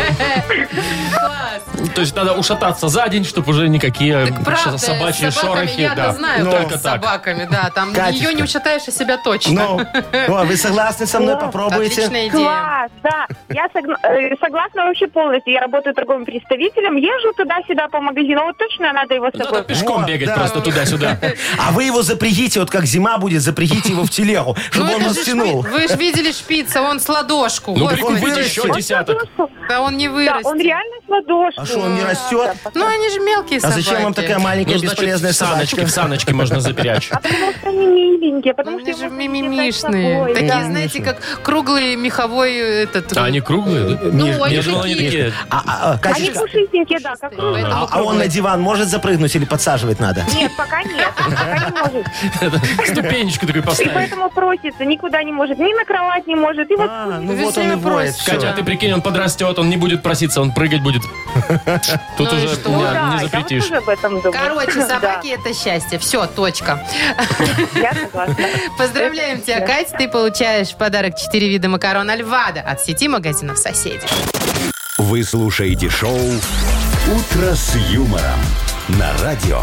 Класс. То есть надо ушататься за день, чтобы уже никакие Так правда, ш- собачьи с собаками шорохи. я-то да. знаю, Ну, как только с так. собаками, да. Там Катюшка. ее не ушатаешь, а себя точно. Ну, ну, а вы согласны со мной? Попробуйте. Отличная идея. Класс, да. Я согла- э, согласна вообще полностью. Я работаю торговым представителем, езжу туда-сюда по магазину. Вот точно надо его с Надо собой. пешком Вот, бегать да. просто туда-сюда. А вы его запрягите, вот как зима будет, запрягите его в телегу, чтобы Ну он это нас же тянул. шпи- Вы же видели шпица, он с ладошку. Ну, Господи. прикупите вырастет. еще десяток. Да он не Да, вырастет. он реально с ладошки. А что, он не растет? Ну они же мелкие А собаки. зачем вам такая маленькая Ну, значит, бесполезная в саночки, собачка? в саночки можно запрячь. Потому что они миленькие, потому Они что же его мимимишные. взять с собой, Такие, да. знаете, как круглый меховой этот... А они круглые, да? Ну, Миш- они Я думал, они такие. такие. А, а, а, Они Катюшка, пушистенькие, да, как Поэтому а, а он круглые. на диван может запрыгнуть или подсаживать надо? Нет, пока нет, пока не может. Ступенечку такую И поставить. поэтому просится, никуда не может, ни на кровать не может. И вот А, ну Вы вот все он и время воет. просите. Катя, а всё. ты прикинь, он подрастет, он не будет проситься, он прыгать будет. Тут Ну и уже что? не, да, не я запретишь. вот тоже об этом думаю. Короче, Да, собаки это счастье. Все, точка. я согласна. Поздравляем тебя, Кать. Ты получаешь в подарок четыре вида макарон Альвада от сети магазинов «Соседи». Вы слушаете шоу «Утро с юмором» на радио.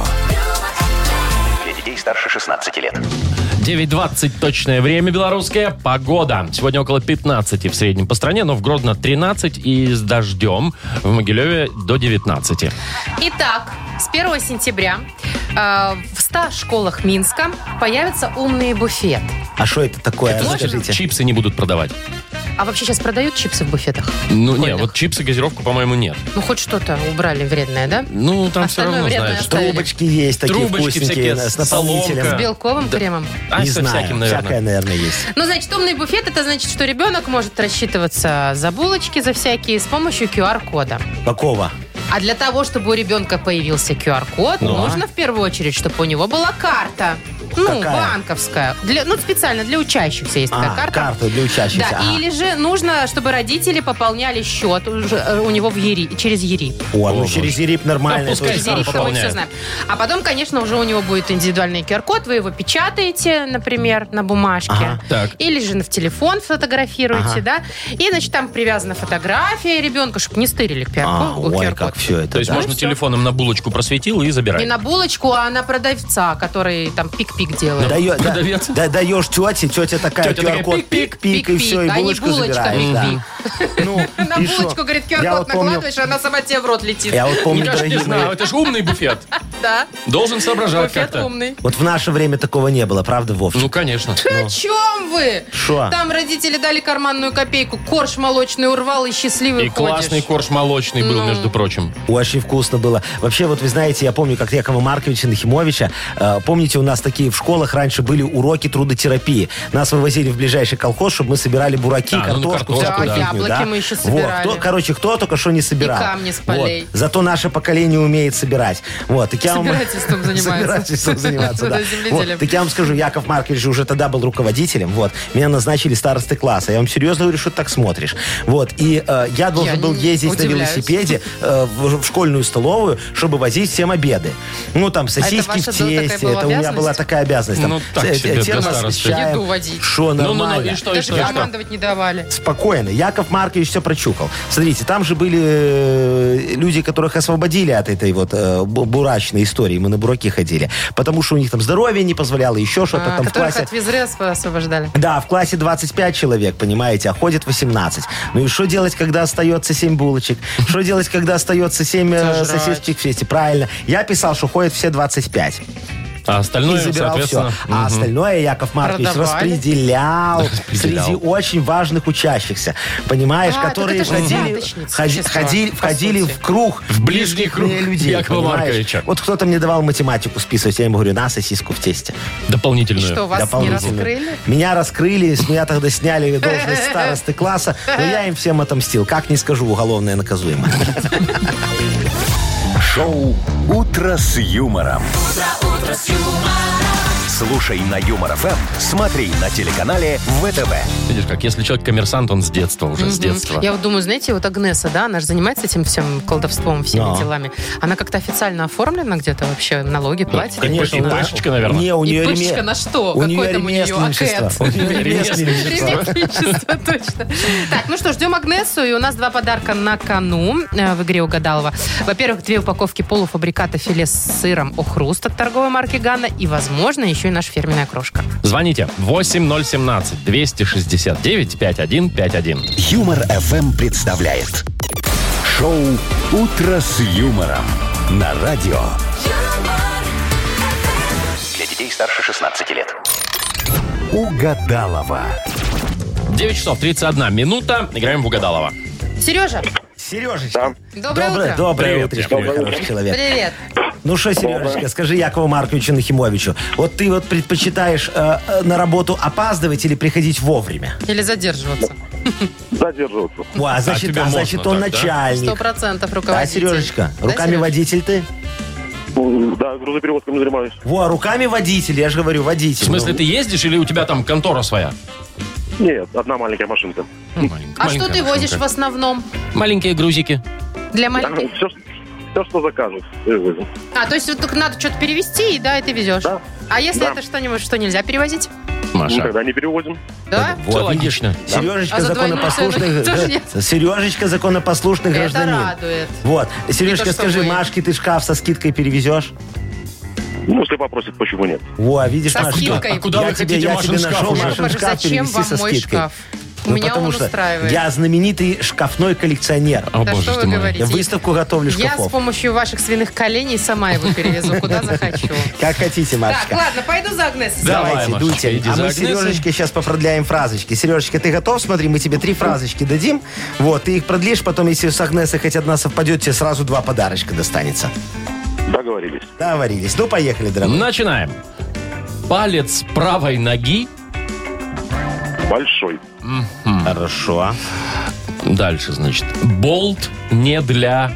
Для детей старше шестнадцати лет. девять двадцать точное время белорусское. Погода. Сегодня около пятнадцати в среднем по стране, но в Гродно тринадцать и с дождем. В Могилеве до девятнадцати. Итак, с первого сентября э, в ста школах Минска появится умный буфет. А что это такое? Это значит, Расскажите. чипсы не будут продавать. А вообще сейчас продают чипсы в буфетах? Ну, не, Школьных? вот чипсы, газировку, по-моему, нет. Ну, хоть что-то убрали вредное, да? Ну, там все Остальное равно, вредное знаешь. оставили. Трубочки есть такие Трубочки вкусненькие всякие, с наполнителем. соломка. С белковым кремом. А, Не со знаю, всяким, наверное. всякое, наверное, есть. Ну, значит, умный буфет, это значит, что ребенок может рассчитываться за булочки, за всякие, с помощью ку ар-кода. Какого? А для того, чтобы у ребенка появился ку ар-код, Ну, нужно в первую очередь, чтобы у него была карта. Ну, Какая? банковская. Для, ну, специально для учащихся есть такая А, карта. карту для учащихся. Да, ага. или же нужно, чтобы родители пополняли счет уже, э, у него в ЕРИ, через ЕРИ. О, ну О, через ЕРИП нормально. Да, это пускай очень сам Через хорошо. ЕРИП, мы все пополняет. знаем. А потом, конечно, уже у него будет индивидуальный ку ар-код, вы его печатаете, например, на бумажке. Ага. Так. Или же в телефон фотографируете, Ага. да. И, значит, там привязана фотография ребенка, чтобы не стырили ку А, ой, ар-код. как все это. То есть да. можно телефоном на булочку просветил и забирай. Не на булочку, а на продавца, который там пик-пик делает. Даю- да- Продавец. да- даешь тете, тетя такая, Тетя такая, ку ар-код, пик-пик, пик-пик, и все, и а не булочку булочка, забираешь. да. пик-пик. Ну, На и шо? булочку, говорит, ку Я ар-код вот помню- накладываешь, а она сама тебе в рот летит. Я вот помню, Я же не дорогие знаю, мои, это же умный буфет. Да. Должен соображать Буфет как-то. умный. Вот в наше время такого не было, правда, Вовчик? Ну, конечно. О чем вы? Шо? Там родители дали карманную копейку, корж молочный урвал и счастливый И ходишь. классный корж молочный был, Ну. между прочим. Очень вкусно было. Вообще, вот вы знаете, я помню, как Якова Марковича Нахимовича, э, помните, у нас такие в школах раньше были уроки трудотерапии. Нас вывозили в ближайший колхоз, чтобы мы собирали бураки, А, ну, картошку, картошку, всякую да. фигню, Яблоки да? мы еще Вот, собирали. кто, короче, кто только что не собирал. И камни с полей. Вот. Зато наше поколение умеет собирать. Вот. Так я вам- Собирательством занимается. Собирательством заниматься, да. Да, земледелием. Вот. Так я вам скажу, Яков Маркович же уже тогда был руководителем. Вот. Меня назначили старостой класса. Я вам серьезно говорю, что ты так смотришь. Вот. И э, я должен Я был не ездить на удивляюсь. велосипеде э, в, в школьную столовую, чтобы возить всем обеды. Ну, там, сосиски ваша в да, такая тесте. была Это у меня обязанность? была такая обязанность. Там, Ну, так э, себе, э, для термос с старосты. чаем. Еду водить. Шо, Ну-ну-ну, нормально. и что, и Даже что, и что? командовать не давали. Спокойно. Яков Маркович все прочухал. Смотрите, там же были э, люди, которых освободили от этой вот э, бу- бурачной истории. Мы на бураки ходили. Потому что у них там здоровье не позволяло, еще что-то А, там в которых классе. от визры осво- освобождали. Да, в классе двадцать пять человек, понимаете, а ходит восемнадцать. Ну и что делать, когда остается семь булочек? Что делать, когда остается семь э, Сожрать. сосисочек в тесте? Правильно. Я писал, что ходят все двадцать пять. А И остальное, забирал все. соответственно... А мгм. остальное Яков Маркович Продавали? распределял, Распределял. среди очень важных учащихся. Понимаешь, А, так которые это же ходили, взяточницы, ходи- существа, ходили, по входили сути. в круг. В ближний близких круг мне людей. Якова понимаешь? Марковича. Вот кто-то мне давал математику списывать, я ему говорю, на сосиску в тесте. Дополнительную. Что, вас не Дополнительно. раскрыли? Меня раскрыли, с меня тогда сняли должность старосты класса, но я им всем отомстил. Как не скажу, уголовное наказуемо. Шоу «Утро с юмором». Слушай на Юмор ФМ, смотри на телеканале ВТВ. Видишь, как если человек коммерсант, он с детства уже, с детства. Я вот думаю, знаете, вот Агнеса, да, она же занимается этим всем колдовством, всеми Да. делами. Она как-то официально оформлена где-то вообще, налоги платит? Конечно, И да. пышечка, наверное. Не, у И нее пышечка реме- на что? У Какой нее там у нее? ремесленничество. Акэт. У нее ремесленничество. Ремесленничество, точно. Так, ну что, ждем Агнесу, и у нас два подарка на кону э, в игре «Угадалова». Во-первых, две упаковки полуфабриката филе с сыром «Охруст» от торговой марки «Ганна», и, возможно, еще и наша фирменная крошка. Звоните восемь ноль семнадцать двести шестьдесят девять пятьдесят один пятьдесят один. Юмор ФМ представляет шоу «Утро с юмором» на радио. Для детей старше шестнадцати лет. Угадалова. девять часов тридцать одна минута. Играем в Угадалова. Сережа, Сережечка. доброе утро. Доброе Привет утречко, тебе. мой хороший человек. Привет. Ну что, Сережечка, скажи Якову Марковичу Нахимовичу, вот ты вот предпочитаешь э, э, на работу опаздывать или приходить вовремя? Или задерживаться? Задерживаться. О, а значит, тебе а можно значит он так, да? начальник. Сто процентов Да, руководитель. Сережечка, Да, руками Сереж? водитель ты? Да, грузоперевозками занимаюсь. Во, руками водитель, я же говорю, водитель. В смысле, Ну, ты ездишь или у тебя там контора своя? Нет, одна маленькая машинка. Ну, маленькая- А что маленькая ты возишь в машинка. основном Маленькие грузики. для маленьких? Все, все, что закажут, перевозим. А, то есть вот только надо что-то перевезти, и да, и ты везешь. Да. А если Да. это что-нибудь, что нельзя перевозить? Маша. Никогда не перевозим. Да? вот, Всё видишь, логично. Сережечка А за двойную законопослушный, цену тоже нет? Сережечка законопослушный Это гражданин. радует. Вот, Сережечка, то, что скажи, вы. Машке ты шкаф со скидкой перевезешь? Ну, если попросят, почему нет? Во, видишь, Со Машка, скидкой. А куда я вы тебе, хотите я Машин тебе шкаф нашел уже? Машин Маша, шкаф зачем перевести вам со мой скидкой. шкаф? Ну, Меня потому он что устраивает. я знаменитый шкафной коллекционер. О, Да боже что ж вы ты мой. говорите? Я выставку готовлю Я с шкафов. помощью ваших свиных коленей сама его перевезу, куда захочу. Как хотите, Так, Машечка. ладно, пойду за Агнесой. Давай, Давайте, Машечка, дуйте. иди А за мы с Агнесой. Сережечкой сейчас попродляем фразочки. Сережечка, ты готов? Смотри, мы тебе три фразочки дадим. Вот, ты их продлишь, потом, если с Агнесой хоть одна совпадет, тебе сразу два подарочка достанется. Договорились. Договорились. Ну, поехали, дорогой. Начинаем. Палец правой ноги. Большой. Хорошо. Дальше, значит. Болт не для...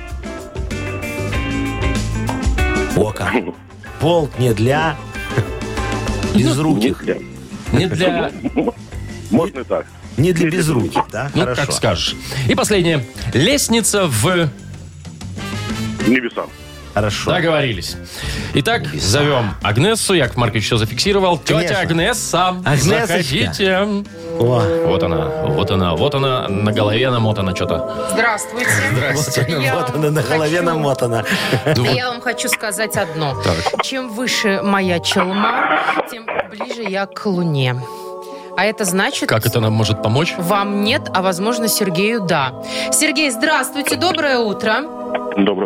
Ока. Болт не для безруких. Для- Не для... Можно и так. Не для безруких, да? Ну, Хорошо. как скажешь. И последнее. Лестница в... Небесам. Хорошо. Договорились. Итак, зовем Агнесу. Яков Маркович все зафиксировал. Тетя Конечно. Агнеса, Агнесочка. заходите. О, Вот она, вот она, вот она. На голове намотана что-то. Здравствуйте. Здрасте. Я вот вам она на голове хочу- намотана. Я вам хочу сказать одно. Так. Чем выше моя челма, тем ближе я к Луне. А это значит... Как это нам может помочь? Вам нет, а возможно Сергею да. Сергей, здравствуйте, доброе утро. Доброе утро.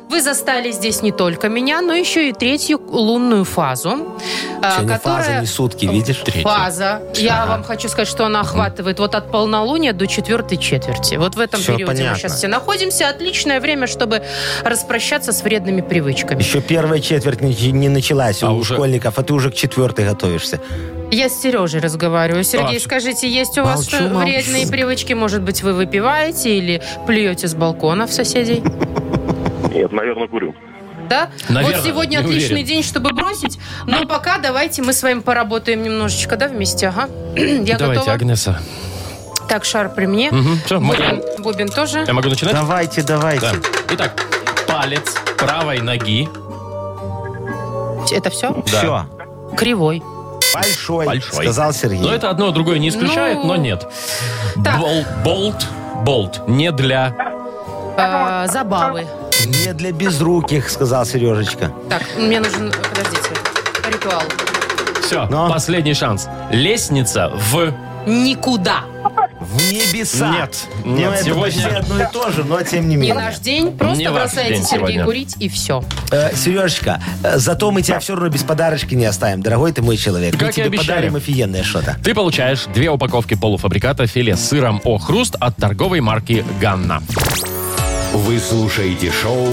Вы застали здесь не только меня, но еще и третью лунную фазу, а, Сегодня которая... фаза, не сутки, видишь? Фаза. Я вам хочу сказать, что она охватывает вот от полнолуния до четвертой четверти. Вот в этом Всё периоде понятно. мы сейчас все находимся. Отличное время, чтобы распрощаться с вредными привычками. Еще первая четверть не, не началась А у уже- школьников, а ты уже к четвертой готовишься. Я с Сережей разговариваю. Сергей, А, скажите, есть у вас молчу, что, молчу. вредные привычки? Может быть, вы выпиваете или плюете с балкона в соседей? Нет, наверное, курю. Да? Наверное, Вот сегодня не отличный уверен. день, чтобы бросить. Но пока давайте мы с вами поработаем немножечко, да, вместе. Ага. Я Давайте, готова. Агнеса. Так, шар при мне. Мгм, всё, мы- Бубен, бубен тоже. Я могу начинать? Давайте, давайте. Да. Итак, палец правой ноги. Это все? Да. Все. Кривой. Большой, Большой. сказал Сергей. Но это одно другое не исключает, Ну, но нет. так. Бол- болт, болт. Не для... Э, забавы. Не для безруких, сказал Сережечка. Так, мне нужен, подождите, ритуал. Все, Но. последний шанс. Лестница в... Никуда. В небеса. Нет, Ну, нет, это сегодня- почти одно и то же, но тем не Не менее. наш день. Просто Не ваш бросаете день Сергей сегодня. курить и все. Э, Сережечка, э, зато мы тебя все равно без подарочки не оставим, дорогой ты мой человек. Как мы и тебе обещали. подарим офигенное что-то. Ты получаешь две упаковки полуфабриката филе с сыром «О Хруст» от торговой марки «Ганна». Вы слушаете шоу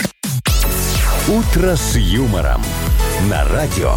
«Утро с юмором» на радио.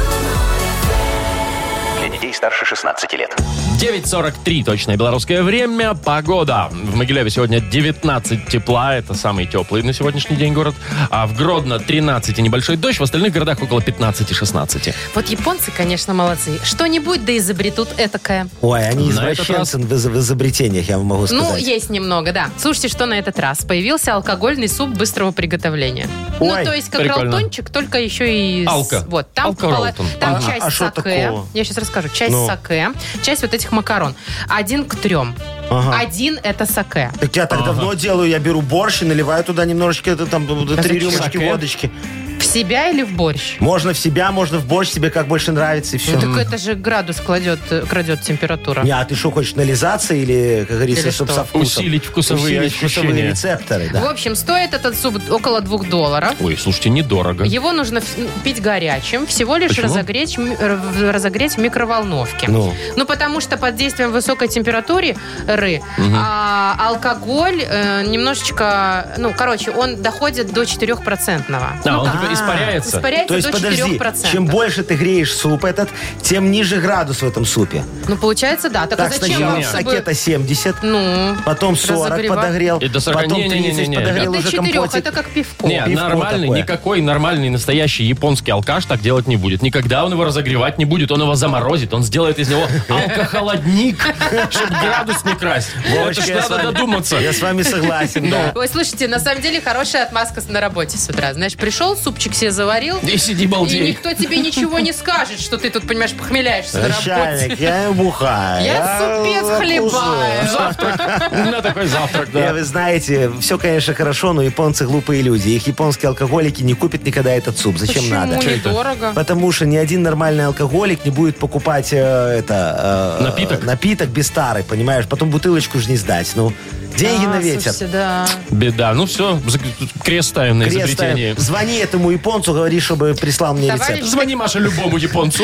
Для детей старше шестнадцати лет. девять сорок три точное белорусское время. Погода. В Могилеве сегодня девятнадцать тепла. Это самый теплый на сегодняшний день город. А в Гродно тринадцать и небольшой дождь. В остальных городах около пятнадцати-шестнадцати. Вот японцы, конечно, молодцы. Что-нибудь да изобретут этакое. Ой, они На этот извращенцы в, из- в изобретениях, я вам могу сказать. Ну, есть немного, да. Слушайте, что на этот раз? Появился алкогольный суп быстрого приготовления. ну, Ой, то есть как прикольно. ролтончик, только еще и... с- Алко. Вот, там, Алко-ролтон. пола- там Ага. часть А что саке. такого? Я сейчас расскажу. Часть Ну. саке, часть вот этих макарон. Один к трем. Ага. Один это саке. Так я так давно делаю, я беру борщ и наливаю туда немножечко, это, там, три зачем? рюмочки Саке? водочки. В себя или в борщ? Можно в себя, можно в борщ, тебе как больше нравится, и все. Ну, так это же градус кладет, э, крадет температура. Не, а ты что, хочешь нализаться или, как говорится, Или чтобы что? со вкусом? Усилить вкусовые Усилить вкусовые ощущения. рецепторы, В да. общем, стоит этот суп около двух долларов. Ой, слушайте, недорого. Его нужно ф- пить горячим, всего лишь Почему? разогреть, м- р- в- разогреть в микроволновке. Ну. Ну, потому что под действием высокой температуры ры, а, алкоголь э, немножечко, ну, короче, он доходит до четырехпроцентного. А, он типа испаряется. Испаряется То есть, до подожди, четырех процентов. чем больше ты греешь суп этот, тем ниже градус в этом супе. Ну, получается, да. Так, Так, а зачем сначала вам, в чтобы- саке-то семьдесят, Ну, потом сорок разогревать? подогрел, И до сорока. потом Не-не-не-не-не. тридцать подогрел до уже четырех, компотик. это как пивко. Не, Пивко нормальный, такое. никакой нормальный, настоящий японский алкаш так делать не будет. Никогда он его разогревать не будет. Он его заморозит. Он сделает из него алкохолодник, чтобы градус не красть. Это Вовочка, ж я с надо вами- додуматься. Я с вами согласен, да. Ой, слушайте, на самом деле хорошая отмазка на работе с утра. Знаешь, пришел, супчик себе заварил, И сиди и балдей. никто тебе ничего не скажет, что ты тут, понимаешь, похмеляешься на Начальник, работе. я бухаю. Я супец хлебаю. Завтрак. На такой завтрак, Я, да. вы знаете, все, конечно, хорошо, но японцы глупые люди. Их японские алкоголики не купят никогда этот суп. Зачем Почему? надо? Чё это? Недорого. Потому что ни один нормальный алкоголик не будет покупать э, это, э, Напиток? напиток без тары, понимаешь? Потом бутылочку же не сдать. Ну, деньги А, на ветер. слушайте, да. Беда. Ну все, крест ставим на Крест изобретении. ставим. Звони этому японцу, говори, чтобы прислал мне Товарищ- рецепт. Звони, Маша, любому японцу.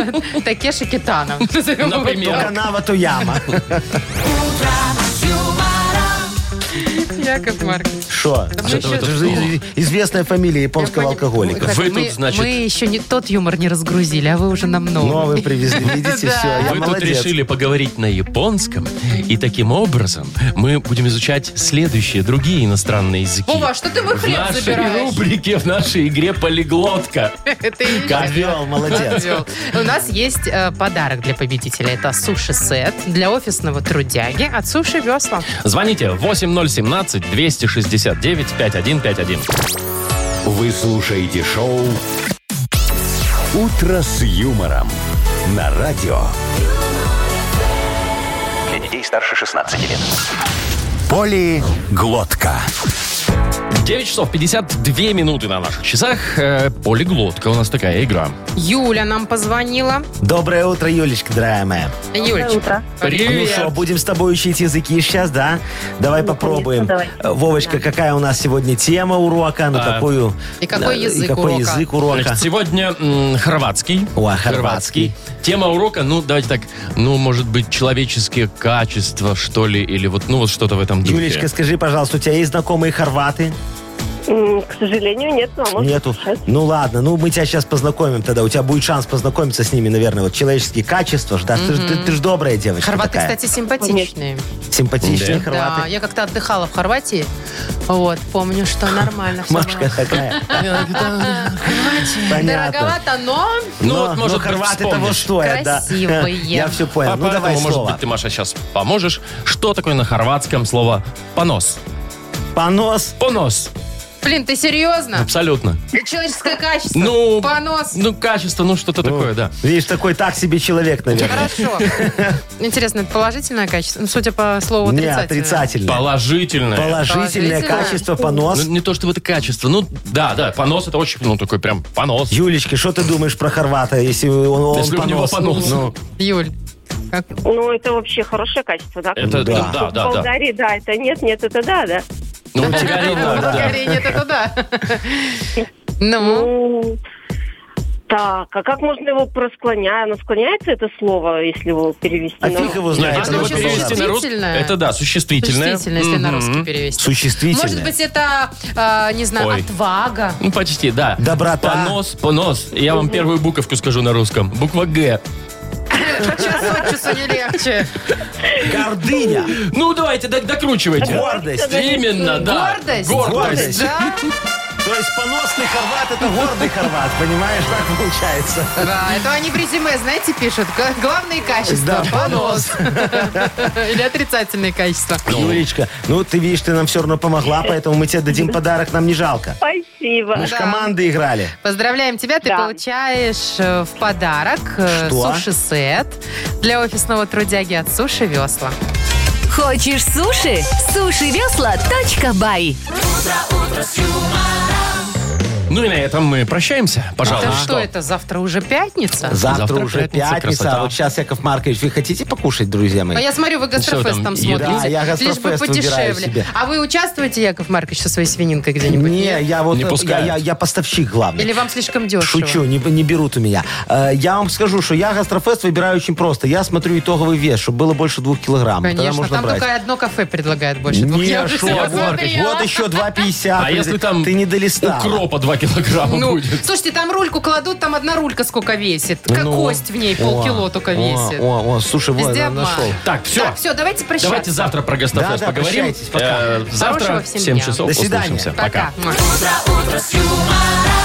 Такеши Китанов. Назовем его Например. так. Канава, то яма. Яков Маркович. Что? мы Это еще- же из- известная фамилия японского Я пони- алкоголика. Ой, Вы мы, тут, значит- мы еще не тот юмор не разгрузили, а вы уже нам новый. Новый привезли, видите, Да. все, я Вы тут молодец. решили поговорить на японском, и таким образом мы будем изучать следующие другие иностранные языки. Вова, что ты мой В хлеб нашей забираешь? рубрике, в нашей игре «Полиглотка». Это и Как Подвел, молодец. Подвел. У нас есть э, подарок для победителя. Это суши-сет для офисного трудяги от Суши Весла. Звоните восемь ноль семнадцать двести шестьдесят девять пятьдесят один пятьдесят один. Вы слушаете шоу «Утро с юмором» на радио. Для детей старше шестнадцати лет. Полиглотка. девять часов пятьдесят две минуты на наших часах. Э, полиглотка у нас такая игра. Юля нам позвонила. Доброе утро, Юлечка, дорогая моя. Юлечка. утро. Ну Привет. что, будем с тобой учить языки сейчас, да? Давай попробуем. давай. Э, Вовочка, какая у нас сегодня тема урока? Ну, А, какую... и какой э, язык и какой урока? язык урока? Значит, сегодня м, хорватский. О, хорватский. Тема урока, ну, давайте так, ну, может быть, человеческие качества, что ли, или вот, ну, вот что-то в этом духе. Юлечка, скажи, пожалуйста, у тебя есть знакомые хорваты? М, К сожалению, нет, но может Нету? сейчас. Ну ладно, ну мы тебя сейчас познакомим тогда. У тебя будет шанс познакомиться с ними, наверное. Вот человеческие качества. ж, Да? Ты, ж- ты, ты ж добрая девочка Хорваты, такая. кстати, симпатичные. Симпатичные Да. хорваты. Да, я как-то отдыхала в Хорватии. Вот, помню, что нормально все Машка такая. Понятно. Дороговато, но Ну, Но- вот, может но быть, хорваты того вспомнишь. стоят, да. Красивые. Я все понял. А Ну давай поэтому, может слово. быть, ты, Маша, сейчас поможешь. Что такое на хорватском слово «понос»? Понос. Понос. Блин, ты серьезно? Абсолютно. Человеческое качество. Ну, Понос. ну, качество, ну, что-то такое, да. Видишь, такой так себе человек, наверное. Хорошо. Интересно, это положительное качество? Ну, судя по слову, Не, отрицательное. отрицательное. Положительное. Положительное Положительное. качество, понос. Ну, не то, чтобы это качество. Ну, да, да, понос это очень, ну, такой прям понос. Юлечка, что ты думаешь про хорвата, если он, он Если у него понос. Ну, Юль, как? Ну, это вообще хорошее качество, да? Это, Да. да, да, В да. да. Болгарии, да, это нет, нет, это да, да. Ну, в Болгарии, да, да. Болгарии нет, это да. Ну, Ну, так, а как можно его просклонять? Оно склоняется, это слово, если его перевести а на фиг его Нет, знает. если оно его очень перевести на русский, существительное. это да, существительное. существительное, если на Мгм. русский перевести. Существительное. Может быть, это, э, не знаю, Ой. отвага. Ну, почти, да. Доброта. Понос, понос. Я вам первую буковку скажу на русском. Буква Г. Час от часу не легче. Гордыня. Ну, давайте, д- докручивайте. Гордость. Именно, да. Гордость. Гордость. Да? То есть поносный хорват — это гордый хорват, понимаешь, так получается. Да, это они в резюме, знаете, пишут. г- Главные качества. Да, Понос. Или отрицательные качества. Юлечка, ну ты видишь, ты нам все равно помогла, поэтому мы тебе дадим подарок, нам не жалко. Спасибо. Мы ж Да. команды играли. Поздравляем тебя, ты Да. получаешь э, в подарок э, Что? суши-сет для офисного трудяги от Суши Весла. Хочешь суши? суши весла точка бай. Ну и на этом мы прощаемся, пожалуй. Это что это, завтра уже пятница? Завтра, Завтра уже пятница, пятница. красота. А вот сейчас, Яков Маркович, вы хотите покушать, друзья мои? А я смотрю, вы гастрофест Что там там, еда? смотрите. Да, я Лишь бы гастрофест выбираю подешевле. себе. А вы участвуете, Яков Маркович, со своей свининкой где-нибудь? Не, нет? я вот Не я, пускают. я, я поставщик главный. Или вам слишком дешево? Шучу, не, не берут у меня. Э, Я вам скажу, что я гастрофест выбираю очень просто. Я смотрю итоговый вес, чтобы было больше двух килограмм. Тогда Конечно, можно там брать. только одно кафе предлагает больше двух. Не, Я уже шо, сегодня вот, смотрела. вот еще два пятьдесят. А если там Ты не долистала. укропа два килограмма Ну, будет? слушайте, там рульку кладут, там одна рулька сколько весит. Как Ну, кость в ней, полкило о, только о, весит. О, о, слушай, вот, Везде я обман. нашел. Так, все. Так, все, давайте прощаться. Давайте завтра про гастрофест Да, да, поговорим. прощайтесь, пока. Э, завтра Хорошего в всем семь дня. часов До свидания. услышимся. Пока. Утро с юмором.